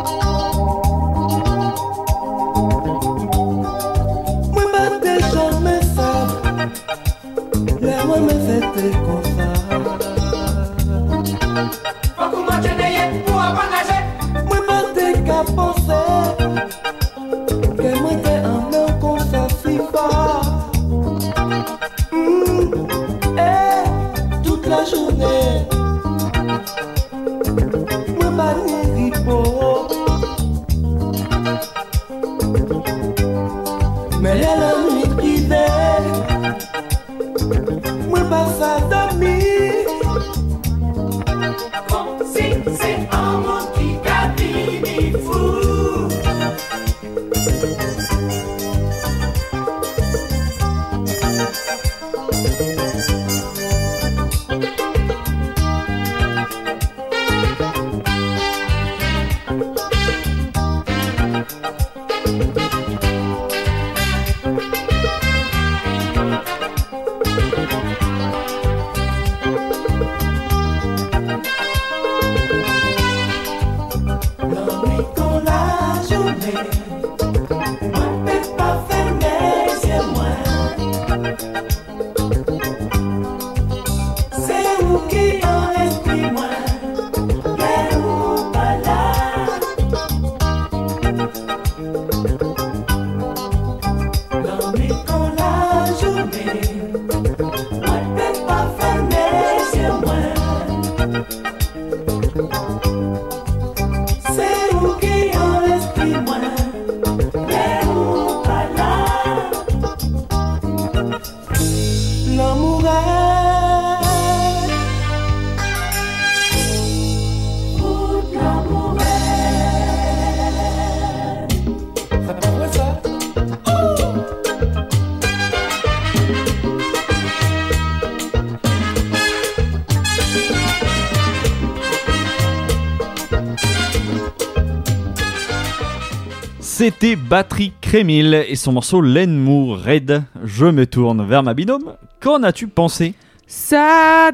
Toute la journée, moi pas ni ripo, mais la nuit privée, moi pas ça dormir, comme si c'est un monde qui cabine fou. C'était Battery Crémil et son morceau L'Amour Red. Je me tourne vers ma binôme. Qu'en as-tu pensé ? Ça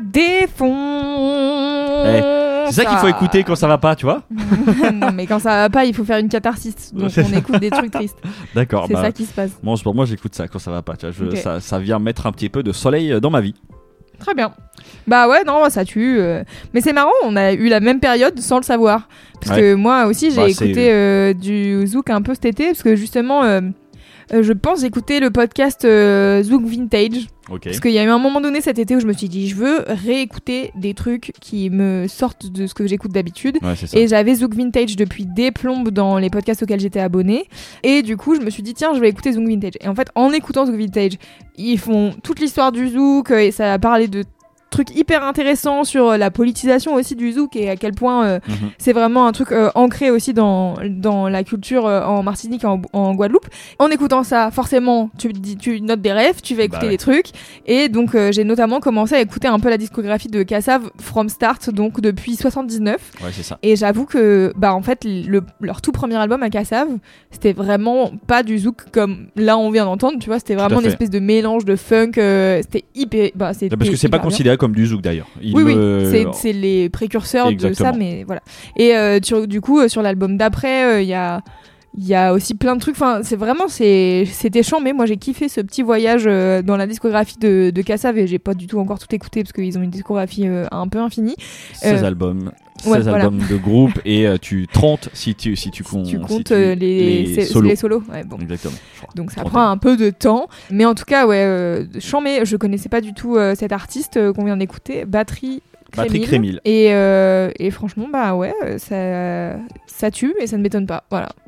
défonce. C'est ça qu'il faut écouter quand ça va pas, tu vois ? Non, mais quand ça va pas, il faut faire une catharsis. Donc on écoute des trucs tristes. D'accord. C'est ça qui se passe. Bon, pour moi, j'écoute ça quand ça va pas. Tu vois, Okay. ça vient mettre un petit peu de soleil dans ma vie. Très bien. Bah ouais, non, ça tue. Mais c'est marrant, on a eu la même période sans le savoir. Parce que moi aussi, j'ai écouté du Zouk un peu cet été. Parce que justement, je pense écouter le podcast Zouk Vintage. Okay. Parce qu'il y a eu un moment donné cet été où je me suis dit, je veux réécouter des trucs qui me sortent de ce que j'écoute d'habitude. Ouais, c'est ça. Et j'avais Zouk Vintage depuis des plombes dans les podcasts auxquels j'étais abonnée. Et du coup, je me suis dit, tiens, je vais écouter Zouk Vintage. Et en fait, en écoutant Zouk Vintage, ils font toute l'histoire du Zouk et ça a parlé de trucs hyper intéressants sur la politisation aussi du Zouk et à quel point c'est vraiment un truc ancré aussi dans la culture en Martinique et en Guadeloupe. En écoutant ça, forcément, tu notes des rêves, tu vas écouter des trucs. Et donc, j'ai notamment commencé à écouter un peu la discographie de Kassav from start, donc depuis 79. Ouais, c'est ça. Et j'avoue que, en fait, leur tout premier album à Kassav, c'était vraiment pas du Zouk comme là on vient d'entendre, tu vois, c'était vraiment une espèce de mélange de funk, c'était hyper... parce que c'est pas considéré comme du Zouk d'ailleurs. C'est les précurseurs de ça, mais voilà. Et du coup, sur l'album d'après, il y a aussi plein de trucs. Enfin, c'était chambé. Moi, j'ai kiffé ce petit voyage dans la discographie de Kassav et j'ai pas du tout encore tout écouté parce qu'ils ont une discographie un peu infinie. 16 albums. 16 albums de groupe et 30 si tu comptes les solos. Ouais, bon. Exactement. Donc ça prend un peu de temps, mais en tout cas chambé, je connaissais pas du tout cet artiste qu'on vient d'écouter, Battery Crémil. Et franchement ça tue et ça ne m'étonne pas. Voilà.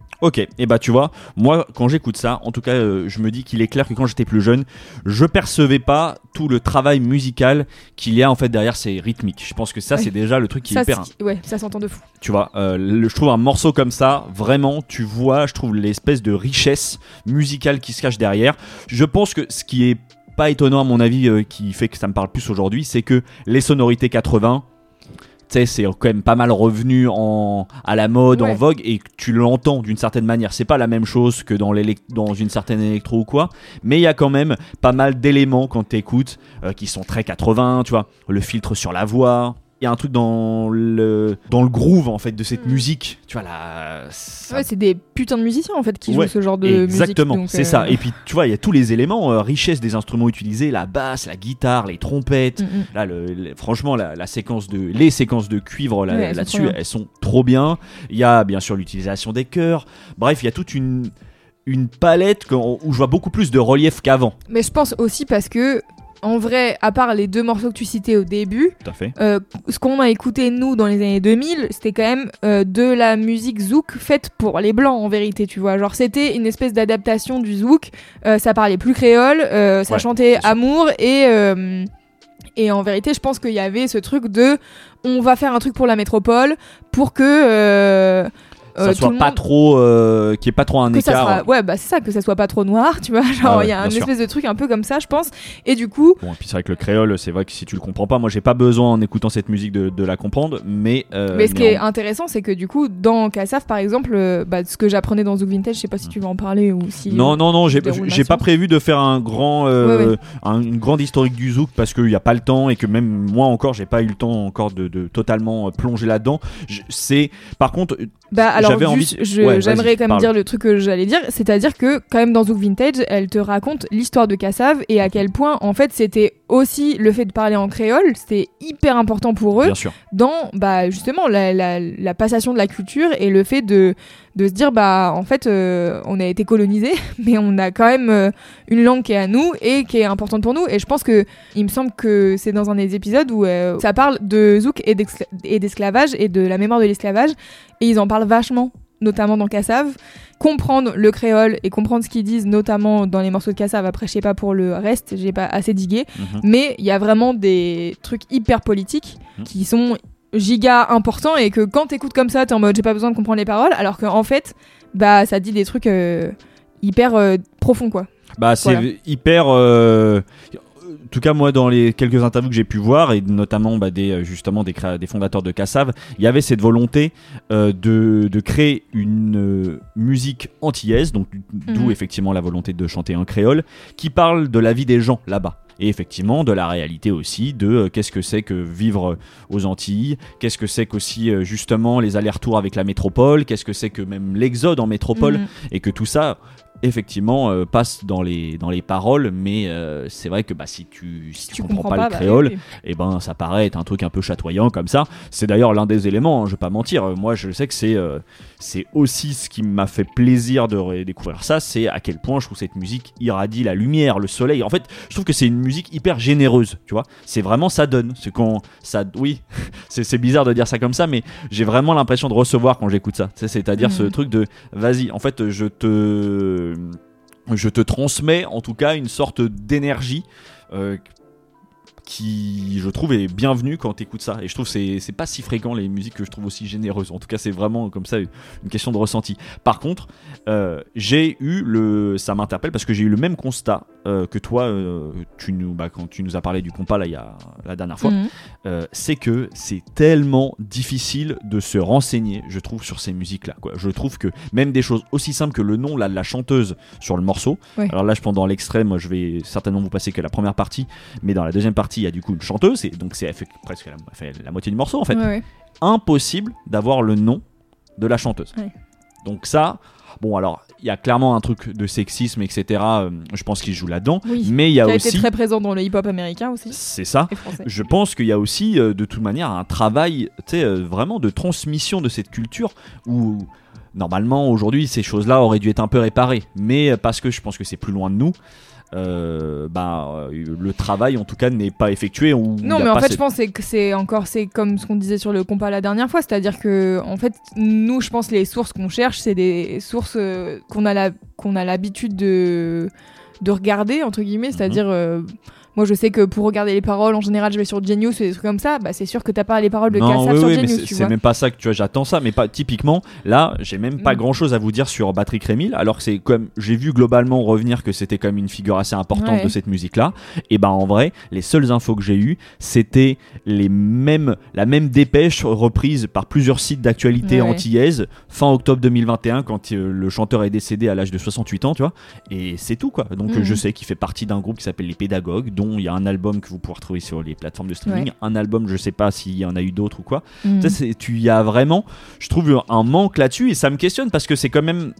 Ok, et bah tu vois, moi quand j'écoute ça, en tout cas je me dis qu'il est clair que quand j'étais plus jeune, je percevais pas tout le travail musical qu'il y a en fait derrière ces rythmiques. Je pense que ça c'est déjà le truc qui est hyper... Ouais, ça s'entend de fou. Tu vois, je trouve un morceau comme ça, vraiment, tu vois, je trouve l'espèce de richesse musicale qui se cache derrière. Je pense que ce qui est pas étonnant à mon avis, qui fait que ça me parle plus aujourd'hui, c'est que les sonorités 80... Tu sais, c'est quand même pas mal revenu à la mode, en vogue, et tu l'entends d'une certaine manière. C'est pas la même chose que dans une certaine électro ou quoi, mais il y a quand même pas mal d'éléments quand t'écoutes qui sont très 80, tu vois. Le filtre sur la voix. Il y a un truc dans le groove en fait de cette musique, tu vois là. Ouais, c'est des putins de musiciens en fait qui jouent ce genre de musique. Exactement, c'est ça. Et puis tu vois, il y a tous les éléments, richesse des instruments utilisés, la basse, la guitare, les trompettes. Là, franchement, les séquences de cuivre là-dessus, elles sont trop bien. Il y a bien sûr l'utilisation des chœurs. Bref, il y a toute une palette où je vois beaucoup plus de relief qu'avant. Mais je pense aussi parce que en vrai, à part les 2 morceaux que tu citais au début, tout à fait. Ce qu'on a écouté nous dans les années 2000, c'était quand même de la musique zouk faite pour les blancs en vérité, tu vois. Genre c'était une espèce d'adaptation du zouk, ça parlait plus créole, ça chantait amour et en vérité, je pense qu'il y avait ce truc de on va faire un truc pour la métropole pour que ça soit pas trop qu'il y ait pas trop un écart. C'est ça, que ça soit pas trop noir, tu vois, genre il y a une espèce de truc un peu comme ça, je pense. Et du coup et puis c'est vrai que le créole, c'est vrai que si tu le comprends pas, moi j'ai pas besoin en écoutant cette musique de la comprendre, mais ce qui est intéressant, c'est que du coup dans Kassav par exemple, ce que j'apprenais dans Zouk Vintage, je sais pas si tu veux en parler ou si non, j'ai pas prévu de faire un grand une grande historique du zouk parce qu'il y a pas le temps et que même moi encore j'ai pas eu le temps encore de totalement plonger là-dedans. C'est par contre alors j'aimerais quand même dire le truc que j'allais dire, c'est-à-dire que quand même dans Zouk Vintage, elle te raconte l'histoire de Kassav et à quel point en fait c'était aussi le fait de parler en créole, c'était hyper important pour eux. Bien sûr. Dans justement la passation de la culture et le fait de se dire en fait on a été colonisés mais on a quand même une langue qui est à nous et qui est importante pour nous, et je pense que il me semble que c'est dans un des épisodes où ça parle de zouk et d'esclavage et de la mémoire de l'esclavage, et ils en parlent vachement, notamment dans Kassav. Comprendre le créole et comprendre ce qu'ils disent, notamment dans les morceaux de Kassav. Après, je sais pas pour le reste, j'ai pas assez digué, mais il y a vraiment des trucs hyper politiques qui sont giga importants, et que quand t'écoutes comme ça, t'es en mode j'ai pas besoin de comprendre les paroles, alors qu'en fait, ça dit des trucs hyper profonds, quoi. C'est hyper... En tout cas, moi, dans les quelques interviews que j'ai pu voir, et notamment des fondateurs de Kassav, il y avait cette volonté de créer une musique antillaise, donc d'où effectivement la volonté de chanter en créole, qui parle de la vie des gens là-bas. Et effectivement, de la réalité aussi, de qu'est-ce que c'est que vivre aux Antilles, qu'est-ce que c'est qu'aussi justement les allers-retours avec la métropole, qu'est-ce que c'est que même l'exode en métropole, et que tout ça... effectivement passe dans les paroles, mais c'est vrai que si tu comprends pas le créole, et ça paraît être un truc un peu chatoyant comme ça. C'est d'ailleurs l'un des éléments, je vais pas mentir, moi je sais que c'est aussi ce qui m'a fait plaisir de découvrir ça, c'est à quel point je trouve cette musique irradie la lumière, le soleil. En fait, je trouve que c'est une musique hyper généreuse, tu vois. C'est vraiment, ça donne, c'est quand ça, oui, c'est bizarre de dire ça comme ça, mais j'ai vraiment l'impression de recevoir quand j'écoute ça. C'est-à-dire ce truc de vas-y, en fait, je te transmets en tout cas une sorte d'énergie qui, je trouve, est bienvenue quand tu écoutes ça. Et je trouve que c'est pas si fréquent les musiques que je trouve aussi généreuses. En tout cas, c'est vraiment comme ça une question de ressenti. Par contre, ça m'interpelle parce que j'ai eu le même constat que toi quand tu nous as parlé du compas la dernière fois. C'est que c'est tellement difficile de se renseigner, je trouve, sur ces musiques-là, quoi. Je trouve que même des choses aussi simples que le nom de la chanteuse sur le morceau. Alors là, pendant l'extrait, moi, je vais certainement vous passer que la première partie, mais dans la deuxième partie, il y a du coup une chanteuse, et donc elle fait presque la moitié du morceau en fait. Impossible d'avoir le nom de la chanteuse. Donc ça, bon, alors il y a clairement un truc de sexisme, etc. Je pense qu'il joue là-dedans, mais il y a aussi, qui a été très présent dans le hip-hop américain aussi. C'est ça. Je pense qu'il y a aussi de toute manière un travail, vraiment de transmission de cette culture où normalement aujourd'hui ces choses-là auraient dû être un peu réparées, mais parce que je pense que c'est plus loin de nous. Le travail en tout cas n'est pas effectué ou non, mais en fait je pense que c'est comme ce qu'on disait sur le compas la dernière fois, c'est-à-dire que en fait nous je pense les sources qu'on cherche c'est des sources qu'on a l'habitude de regarder entre guillemets, c'est-à-dire moi je sais que pour regarder les paroles en général je vais sur Genius et des trucs comme ça, c'est sûr que t'as pas les paroles de Kassav sur Genius, mais c'est même pas ça que tu vois, j'attends ça, mais pas typiquement là j'ai même pas grand chose à vous dire sur Patrick Rémil, alors que c'est comme j'ai vu globalement revenir que c'était quand même une figure assez importante de cette musique là, et en vrai les seules infos que j'ai eues c'était la même dépêche reprise par plusieurs sites d'actualité antillaises fin octobre 2021 quand le chanteur est décédé à l'âge de 68 ans, tu vois, et c'est tout quoi. Donc je sais qu'il fait partie d'un groupe qui s'appelle Les Pédagogues, dont il y a un album que vous pourrez retrouver sur les plateformes de streaming, un album je sais pas s'il y en a eu d'autres ou quoi. Tu y as vraiment, je trouve un manque là-dessus et ça me questionne parce que c'est quand même,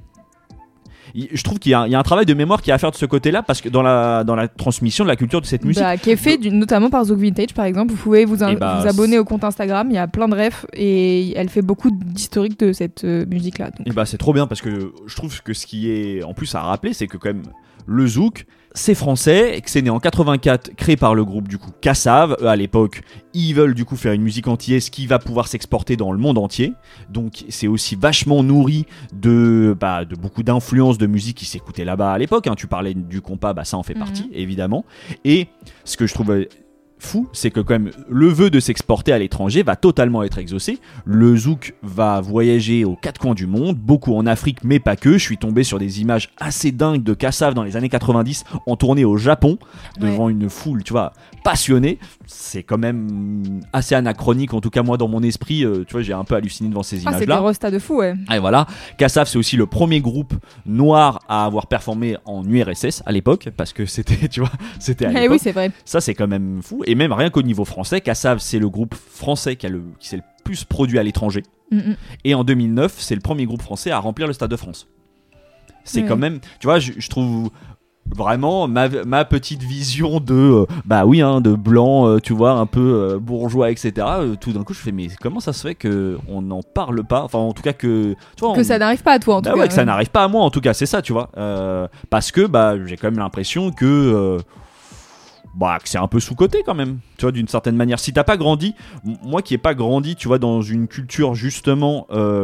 je trouve qu'il y a un travail de mémoire qui est à faire de ce côté-là, parce que dans la transmission de la culture de cette musique qui est fait notamment par Zouk Vintage par exemple, vous pouvez vous abonner au compte Instagram, il y a plein de refs et elle fait beaucoup d'historique de cette musique-là. Donc. C'est trop bien parce que je trouve que ce qui est en plus à rappeler, c'est que quand même le Zouk c'est français et que c'est né en 84, créé par le groupe du coup Kassav. À l'époque, ils veulent du coup faire une musique antillaise qui va pouvoir s'exporter dans le monde entier. Donc c'est aussi vachement nourri de beaucoup d'influences de musique qui s'écoutaient là-bas à l'époque. Tu parlais du compas, ça en fait partie évidemment. Et ce que je trouve fou, c'est que quand même le vœu de s'exporter à l'étranger va totalement être exaucé. Le Zouk va voyager aux quatre coins du monde, beaucoup en Afrique mais pas que. Je suis tombé sur des images assez dingues de Kassav dans les années 90 en tournée au Japon devant une foule, tu vois, passionnée. C'est quand même assez anachronique, en tout cas moi dans mon esprit, tu vois, j'ai un peu halluciné devant ces images-là. C'est des restas de fou, Et voilà, Kassav c'est aussi le premier groupe noir à avoir performé en URSS à l'époque, parce que c'était, tu vois, c'était à l'époque. Oui, c'est vrai. Ça c'est quand même fou. Et même rien qu'au niveau français, Kassav c'est le groupe français qui s'est le plus produit à l'étranger. Et en 2009, c'est le premier groupe français à remplir le Stade de France. C'est quand même, tu vois, je trouve vraiment ma petite vision de de blanc, tu vois, un peu bourgeois, etc. Tout d'un coup je fais mais comment ça se fait que on n'en parle pas, enfin en tout cas que tu vois, ça n'arrive pas à toi en tout cas. Que ça n'arrive pas à moi en tout cas, c'est ça, tu vois, parce que j'ai quand même l'impression que c'est un peu sous-coté quand même, tu vois, d'une certaine manière. Si t'as pas grandi, moi qui ai pas grandi, tu vois, dans une culture justement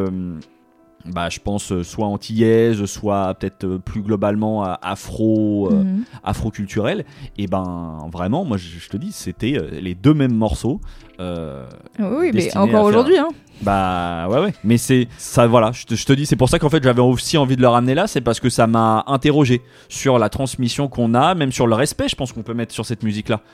je pense soit antillaise, soit peut-être plus globalement afro-culturelle, et vraiment moi je te dis c'était les deux mêmes morceaux oui mais encore aujourd'hui mais c'est ça, voilà, je te dis, c'est pour ça qu'en fait j'avais aussi envie de le ramener là, c'est parce que ça m'a interrogé sur la transmission qu'on a, même sur le respect je pense qu'on peut mettre sur cette musique là.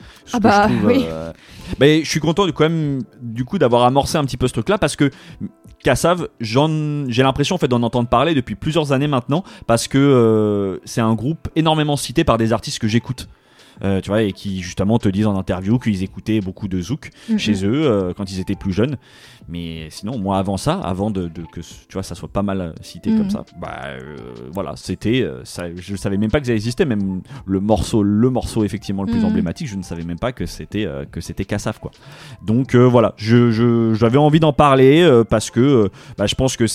Je suis content quand même du coup d'avoir amorcé un petit peu ce truc là, parce que Kassav, j'ai l'impression en fait d'en entendre parler depuis plusieurs années maintenant, parce que c'est un groupe énormément cité par des artistes que j'écoute. Tu vois, et qui justement te disent en interview qu'ils écoutaient beaucoup de Zouk chez eux quand ils étaient plus jeunes. Mais sinon, moi avant ça, avant que tu vois, ça soit pas mal cité comme ça, voilà, c'était ça, je savais même pas que ça existait. Même le morceau effectivement le plus emblématique, je ne savais même pas que c'était Kassav, quoi. Donc voilà, j'avais envie d'en parler parce que je pense que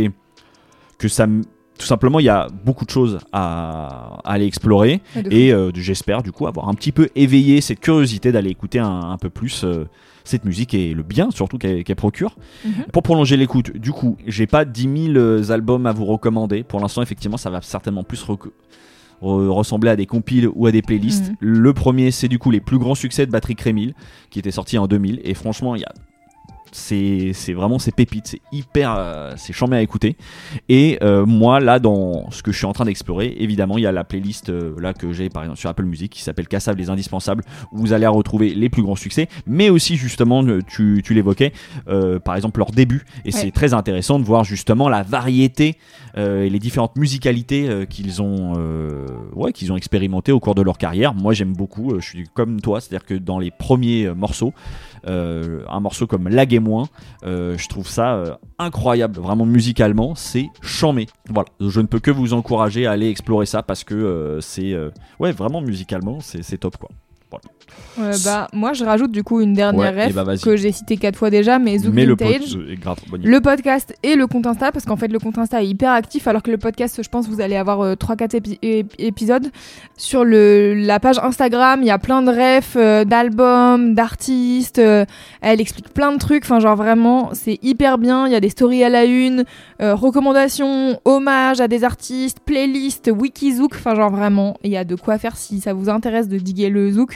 ça tout simplement, il y a beaucoup de choses à aller explorer, et j'espère du coup avoir un petit peu éveillé cette curiosité d'aller écouter un peu plus cette musique et le bien surtout qu'elle procure. Pour prolonger l'écoute, du coup, j'ai pas 10 000 albums à vous recommander. Pour l'instant, effectivement, ça va certainement plus ressembler à des compiles ou à des playlists. Le premier, c'est du coup les plus grands succès de Patrick Rémil, qui était sorti en 2000, et franchement, c'est vraiment, c'est pépite, c'est hyper c'est chambé à écouter. Et moi là, dans ce que je suis en train d'explorer, évidemment il y a la playlist là que j'ai par exemple sur Apple Music qui s'appelle Kassav les indispensables, où vous allez retrouver les plus grands succès, mais aussi justement tu l'évoquais, par exemple leur début, et c'est très intéressant de voir justement la variété et les différentes musicalités qu'ils ont expérimenté au cours de leur carrière. Moi j'aime beaucoup, je suis comme toi, c'est à dire que dans les premiers morceaux, un morceau comme Laguez-moi, je trouve ça incroyable, vraiment musicalement c'est chambé. Voilà, je ne peux que vous encourager à aller explorer ça, parce que c'est vraiment musicalement c'est top, quoi. Voilà. Moi je rajoute du coup une dernière ref que j'ai citée 4 fois déjà, mais Zouk Vintage, le podcast et le compte Insta, parce qu'en fait le compte Insta est hyper actif, alors que le podcast, je pense vous allez avoir 3-4 épisodes. Sur la page Instagram, il y a plein de refs d'albums, d'artistes, elle explique plein de trucs, enfin genre vraiment c'est hyper bien, il y a des stories à la une, recommandations, hommages à des artistes, playlists, wiki Zouk, enfin genre vraiment il y a de quoi faire si ça vous intéresse de diguer le Zouk.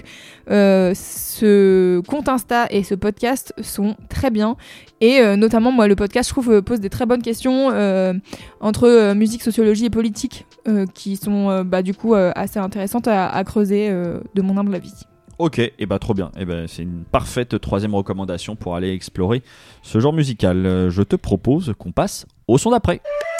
Ce compte Insta et ce podcast sont très bien, et notamment moi le podcast je trouve pose des très bonnes questions entre musique, sociologie et politique qui sont du coup assez intéressantes à creuser de mon humble avis. Ok, et trop bien. C'est une parfaite 3e recommandation pour aller explorer ce genre musical. Je te propose qu'on passe au son d'après.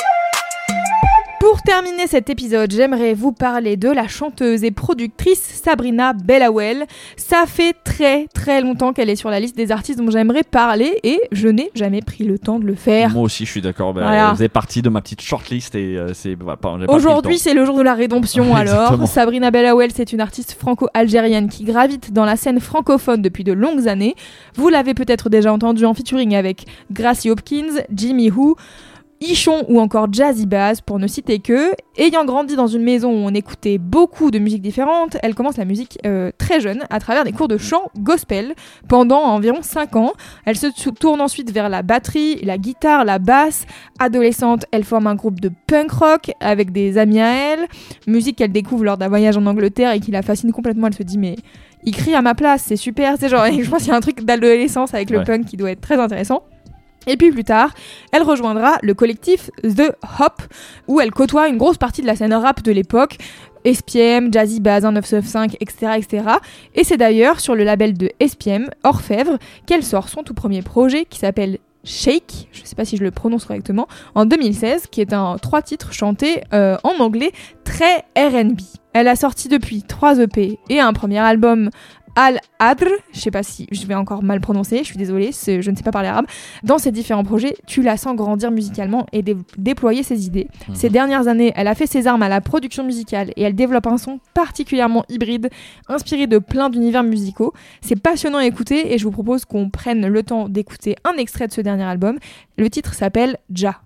Pour terminer cet épisode, j'aimerais vous parler de la chanteuse et productrice Sabrina Bellawell. Ça fait très très longtemps qu'elle est sur la liste des artistes dont j'aimerais parler, et je n'ai jamais pris le temps de le faire. Moi aussi je suis d'accord, voilà. Elle faisait partie de ma petite shortlist et aujourd'hui c'est le jour de la rédemption. Alors Sabrina Bellawell, c'est une artiste franco-algérienne qui gravite dans la scène francophone depuis de longues années. Vous l'avez peut-être déjà entendue en featuring avec Gracie Hopkins, Jimmy Who, Ichon ou encore Jazzy Bass, pour ne citer que. Ayant grandi dans une maison où on écoutait beaucoup de musiques différentes, elle commence la musique très jeune à travers des cours de chant gospel pendant environ 5 ans. Elle se tourne ensuite vers la batterie, la guitare, la basse. Adolescente, elle forme un groupe de punk rock avec des amis à elle, musique qu'elle découvre lors d'un voyage en Angleterre et qui la fascine complètement. Elle se dit mais il crie à ma place, c'est super, c'est genre, je pense qu'il y a un truc d'adolescence avec le punk qui doit être très intéressant. Et puis plus tard, elle rejoindra le collectif The Hop, où elle côtoie une grosse partie de la scène rap de l'époque, SPM, Jazzy Bass, 1995, etc., etc. Et c'est d'ailleurs sur le label de SPM, Orfèvre, qu'elle sort son tout premier projet qui s'appelle Shake, je sais pas si je le prononce correctement, en 2016, qui est un 3 titres chantés en anglais très R&B. Elle a sorti depuis 3 EP et un premier album, Al-Adr, je sais pas si je vais encore mal prononcer, je suis désolée, je ne sais pas parler arabe. Dans ses différents projets, tu la sens grandir musicalement et déployer ses idées. Ces dernières années, elle a fait ses armes à la production musicale et elle développe un son particulièrement hybride, inspiré de plein d'univers musicaux. C'est passionnant à écouter et je vous propose qu'on prenne le temps d'écouter un extrait de ce dernier album. Le titre s'appelle Ja.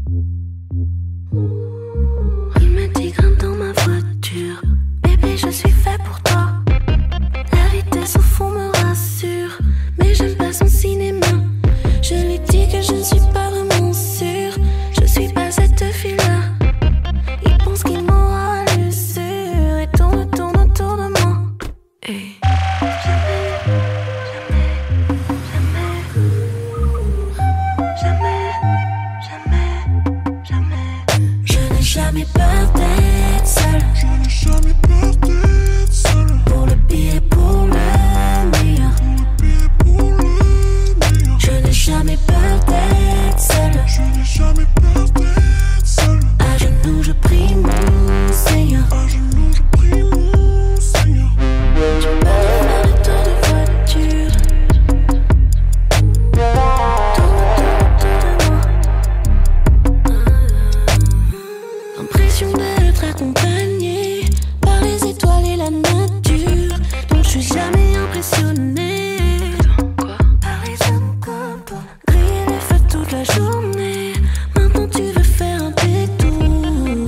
Il me dit grimpe dans ma voiture, bébé je suis fait pour toi. Au fond me rassure, mais j'aime pas son cinéma. Je lui dis que je ne suis pas vraiment sûre, je suis pas cette fille-là. Il pense qu'il m'aura l'usure et tourne autour de moi. Et jamais, je n'ai jamais peur d'être seule. Je n'ai jamais peur d'être seule. Pour le pire et pour le jamais peur d'être seule. Je n'ai jamais peur d'être seule. À genoux je prie mon Seigneur. À genoux je prie mon Seigneur. Tu peux faire le tour de voiture. Tourne autour de moi. Impression d'être accompagnée par les étoiles et la nature. Donc je suis jamais impressionnée. La journée, maintenant tu veux faire un détour.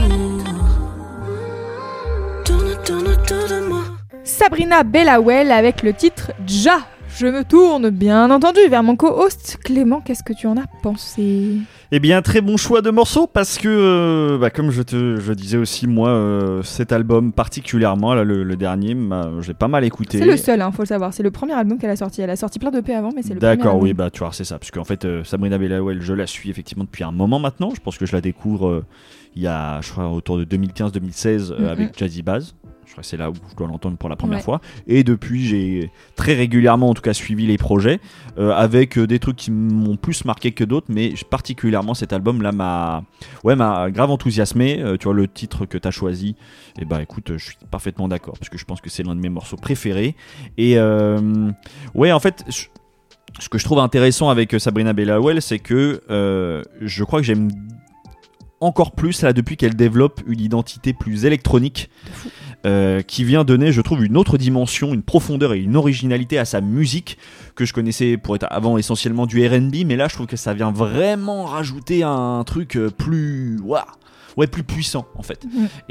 Tourne autour de moi. Sabrina Bellawell avec le titre Ja. Je me tourne bien entendu vers mon co-host Clément, qu'est-ce que tu en as pensé ? Eh bien, très bon choix de morceaux parce que, comme je disais aussi, moi, cet album particulièrement, là, le dernier, je l'ai pas mal écouté. C'est le seul, faut le savoir, c'est le premier album qu'elle a sorti. Elle a sorti plein d'EP avant, mais c'est le premier album. D'accord, oui, tu vois, c'est ça. Parce qu'en fait, Sabrina Bellawell, je la suis effectivement depuis un moment maintenant. Je pense que je la découvre il y a, je crois, autour de 2015-2016 avec Jazzy Bass. Je crois que c'est là où je dois l'entendre pour la première fois. Et depuis, j'ai très régulièrement, en tout cas, suivi les projets avec des trucs qui m'ont plus marqué que d'autres. Mais particulièrement, cet album-là m'a grave enthousiasmé. Tu vois, le titre que tu as choisi, écoute, je suis parfaitement d'accord. Parce que je pense que c'est l'un de mes morceaux préférés. Et en fait... Ce que je trouve intéressant avec Sabrina Bellawell, c'est que je crois que j'aime encore plus là depuis qu'elle développe une identité plus électronique. Qui vient donner, je trouve, une autre dimension, une profondeur et une originalité à sa musique que je connaissais pour être avant essentiellement du R&B, mais là je trouve que ça vient vraiment rajouter un truc plus plus puissant en fait.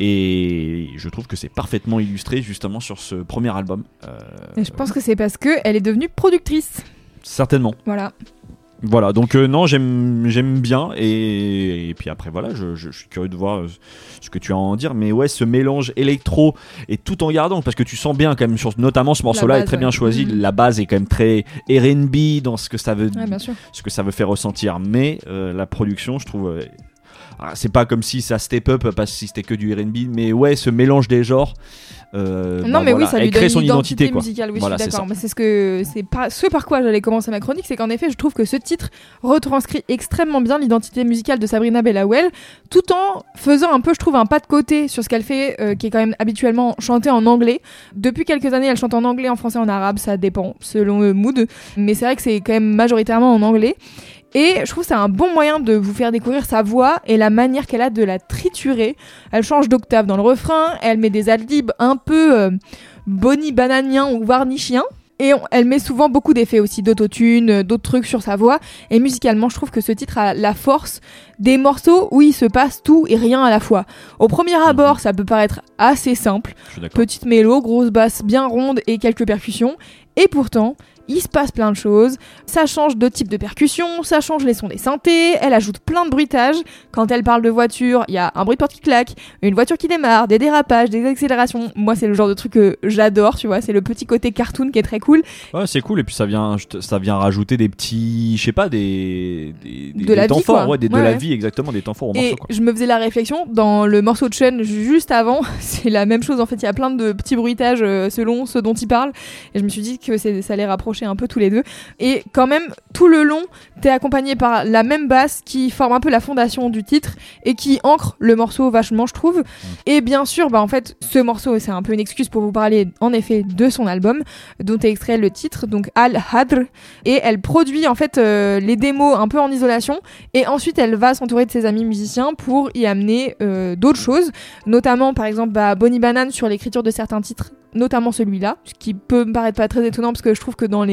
Et je trouve que c'est parfaitement illustré justement sur ce premier album. Et je pense que c'est parce qu'elle est devenue productrice. Certainement. Voilà, donc non, j'aime bien, et puis après voilà, je suis curieux de voir ce que tu as à en dire, mais ouais, ce mélange électro et tout en gardant, parce que tu sens bien quand même, notamment ce morceau-là est très bien choisi, la base est quand même très R&B dans ce que ça veut, ce que ça veut faire ressentir, mais la production, je trouve, c'est pas comme si ça step up parce que si c'était que du R&B, mais ouais, ce mélange des genres. Oui, ça lui donne son une identité quoi. musicale. Oui, voilà, je suis d'accord. Mais c'est pas ce par quoi j'allais commencer ma chronique, c'est qu'en effet, je trouve que ce titre retranscrit extrêmement bien l'identité musicale de Sabrina Bellawel, tout en faisant un peu, je trouve, un pas de côté sur ce qu'elle fait, qui est quand même habituellement chanté en anglais. Depuis quelques années, elle chante en anglais, en français, en arabe, ça dépend selon le mood. Mais c'est vrai que c'est quand même majoritairement en anglais. Et je trouve que c'est un bon moyen de vous faire découvrir sa voix et la manière qu'elle a de la triturer. Elle change d'octave dans le refrain, elle met des adlibs un peu Bonnie Bananiens ou Varnichiens. Et elle met souvent beaucoup d'effets aussi, d'autotune, d'autres trucs sur sa voix. Et musicalement, je trouve que ce titre a la force des morceaux où il se passe tout et rien à la fois. Au premier abord, ça peut paraître assez simple. Petite mélo, grosse basse bien ronde et quelques percussions. Et pourtant, il se passe plein de choses, ça change de type de percussion, ça change les sons des synthés, elle ajoute plein de bruitages. Quand elle parle de voiture, il y a un bruit de porte qui claque, une voiture qui démarre, des dérapages, des accélérations. Moi, c'est le genre de truc que j'adore, tu vois, c'est le petit côté cartoon qui est très cool. Ouais, c'est cool, et puis ça vient rajouter des petits, je sais pas, des temps vie, forts, de la vie, exactement, des temps forts au morceau. Et je me faisais la réflexion, dans le morceau de Chun, juste avant, c'est la même chose, en fait, il y a plein de petits bruitages selon ce dont il parle, et je me suis dit que ça les rapprochait un peu tous les deux, et quand même tout le long t'es accompagné par la même basse qui forme un peu la fondation du titre et qui ancre le morceau vachement, je trouve. Et bien sûr, en fait, ce morceau, c'est un peu une excuse pour vous parler en effet de son album dont est extrait le titre, donc Al-Hadr, et elle produit en fait les démos un peu en isolation, et ensuite elle va s'entourer de ses amis musiciens pour y amener d'autres choses, notamment par exemple Bonnie Banane sur l'écriture de certains titres, notamment celui-là, ce qui peut me paraître pas très étonnant parce que je trouve que dans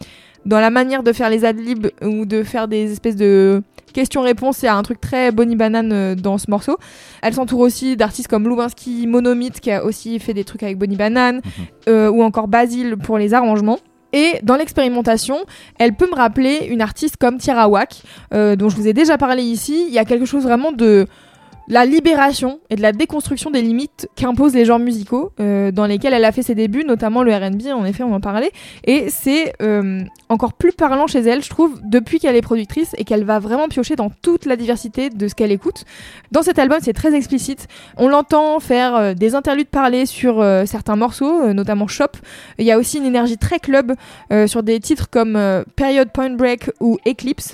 la manière de faire les adlibs ou de faire des espèces de questions-réponses, il y a un truc très Bonnie Banane dans ce morceau. Elle s'entoure aussi d'artistes comme Lubinsky, Monomyth qui a aussi fait des trucs avec Bonnie Banane, ou encore Basile pour les arrangements. Et dans l'expérimentation, elle peut me rappeler une artiste comme Tierra Whack, dont je vous ai déjà parlé ici. Il y a quelque chose vraiment de la libération et de la déconstruction des limites qu'imposent les genres musicaux dans lesquels elle a fait ses débuts, notamment le R&B, en effet on en parlait, et c'est encore plus parlant chez elle, je trouve, depuis qu'elle est productrice et qu'elle va vraiment piocher dans toute la diversité de ce qu'elle écoute. Dans cet album, c'est très explicite, on l'entend faire des interludes parlés sur certains morceaux, notamment Shop. Il y a aussi une énergie très club sur des titres comme Period, Point Break ou Eclipse.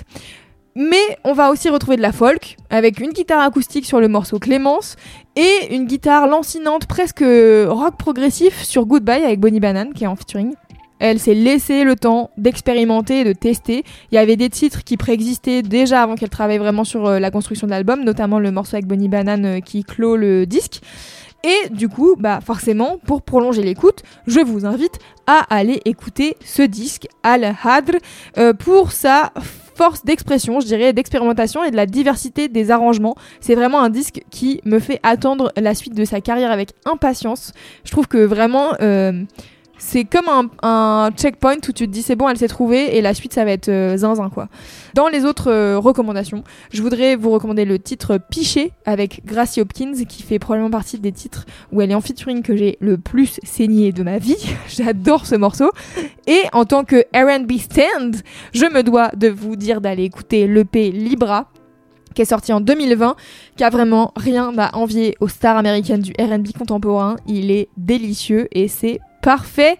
Mais on va aussi retrouver de la folk, avec une guitare acoustique sur le morceau Clémence, et une guitare lancinante presque rock progressif sur Goodbye avec Bonnie Banane, qui est en featuring. Elle s'est laissé le temps d'expérimenter et de tester. Il y avait des titres qui préexistaient déjà avant qu'elle travaille vraiment sur la construction de l'album, notamment le morceau avec Bonnie Banane qui clôt le disque. Et du coup, forcément, pour prolonger l'écoute, je vous invite à aller écouter ce disque, Al-Hadr, pour sa force d'expression, je dirais, d'expérimentation et de la diversité des arrangements. C'est vraiment un disque qui me fait attendre la suite de sa carrière avec impatience. Je trouve que vraiment... c'est comme un checkpoint où tu te dis c'est bon, elle s'est trouvée, et la suite ça va être zinzin quoi. Dans les autres recommandations, je voudrais vous recommander le titre Piché avec Gracie Hopkins, qui fait probablement partie des titres où elle est en featuring que j'ai le plus saigné de ma vie. J'adore ce morceau. Et en tant que R&B stand, je me dois de vous dire d'aller écouter l'EP Libra, qui est sorti en 2020, qui a vraiment rien à envier aux stars américaines du R&B contemporain. Il est délicieux et c'est parfait.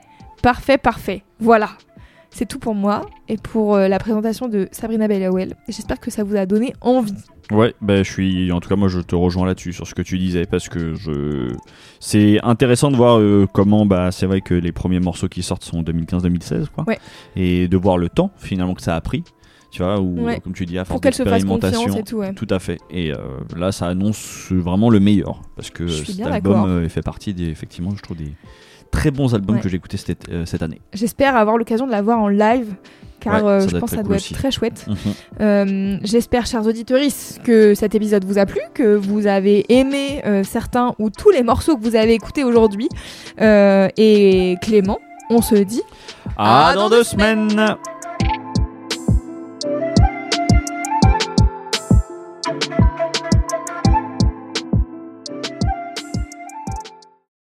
Voilà, c'est tout pour moi et pour la présentation de Sabrina Bellawel. J'espère que ça vous a donné envie. Ouais, en tout cas moi je te rejoins là-dessus sur ce que tu disais, parce que c'est intéressant de voir comment c'est vrai que les premiers morceaux qui sortent sont 2015-2016 quoi. Ouais. Et de voir le temps finalement que ça a pris. tu vois, ou Ouais. comme tu dis, à force Pour qu'elle se fasse d'expérimentation. confiance et tout, ouais. Tout à fait. Et là, ça annonce vraiment le meilleur parce que Je suis cet bien d'accord. album fait partie effectivement, je trouve, des très bons albums Ouais. que j'ai écoutés cette année. J'espère avoir l'occasion de la voir en live, car Ouais, ça je doit pense être que ça très doit cool être aussi. très chouette. Mhm. J'espère, chers auditeurs, que cet épisode vous a plu, que vous avez aimé certains ou tous les morceaux que vous avez écoutés aujourd'hui. Et Clément, on se dit À dans 2 semaines.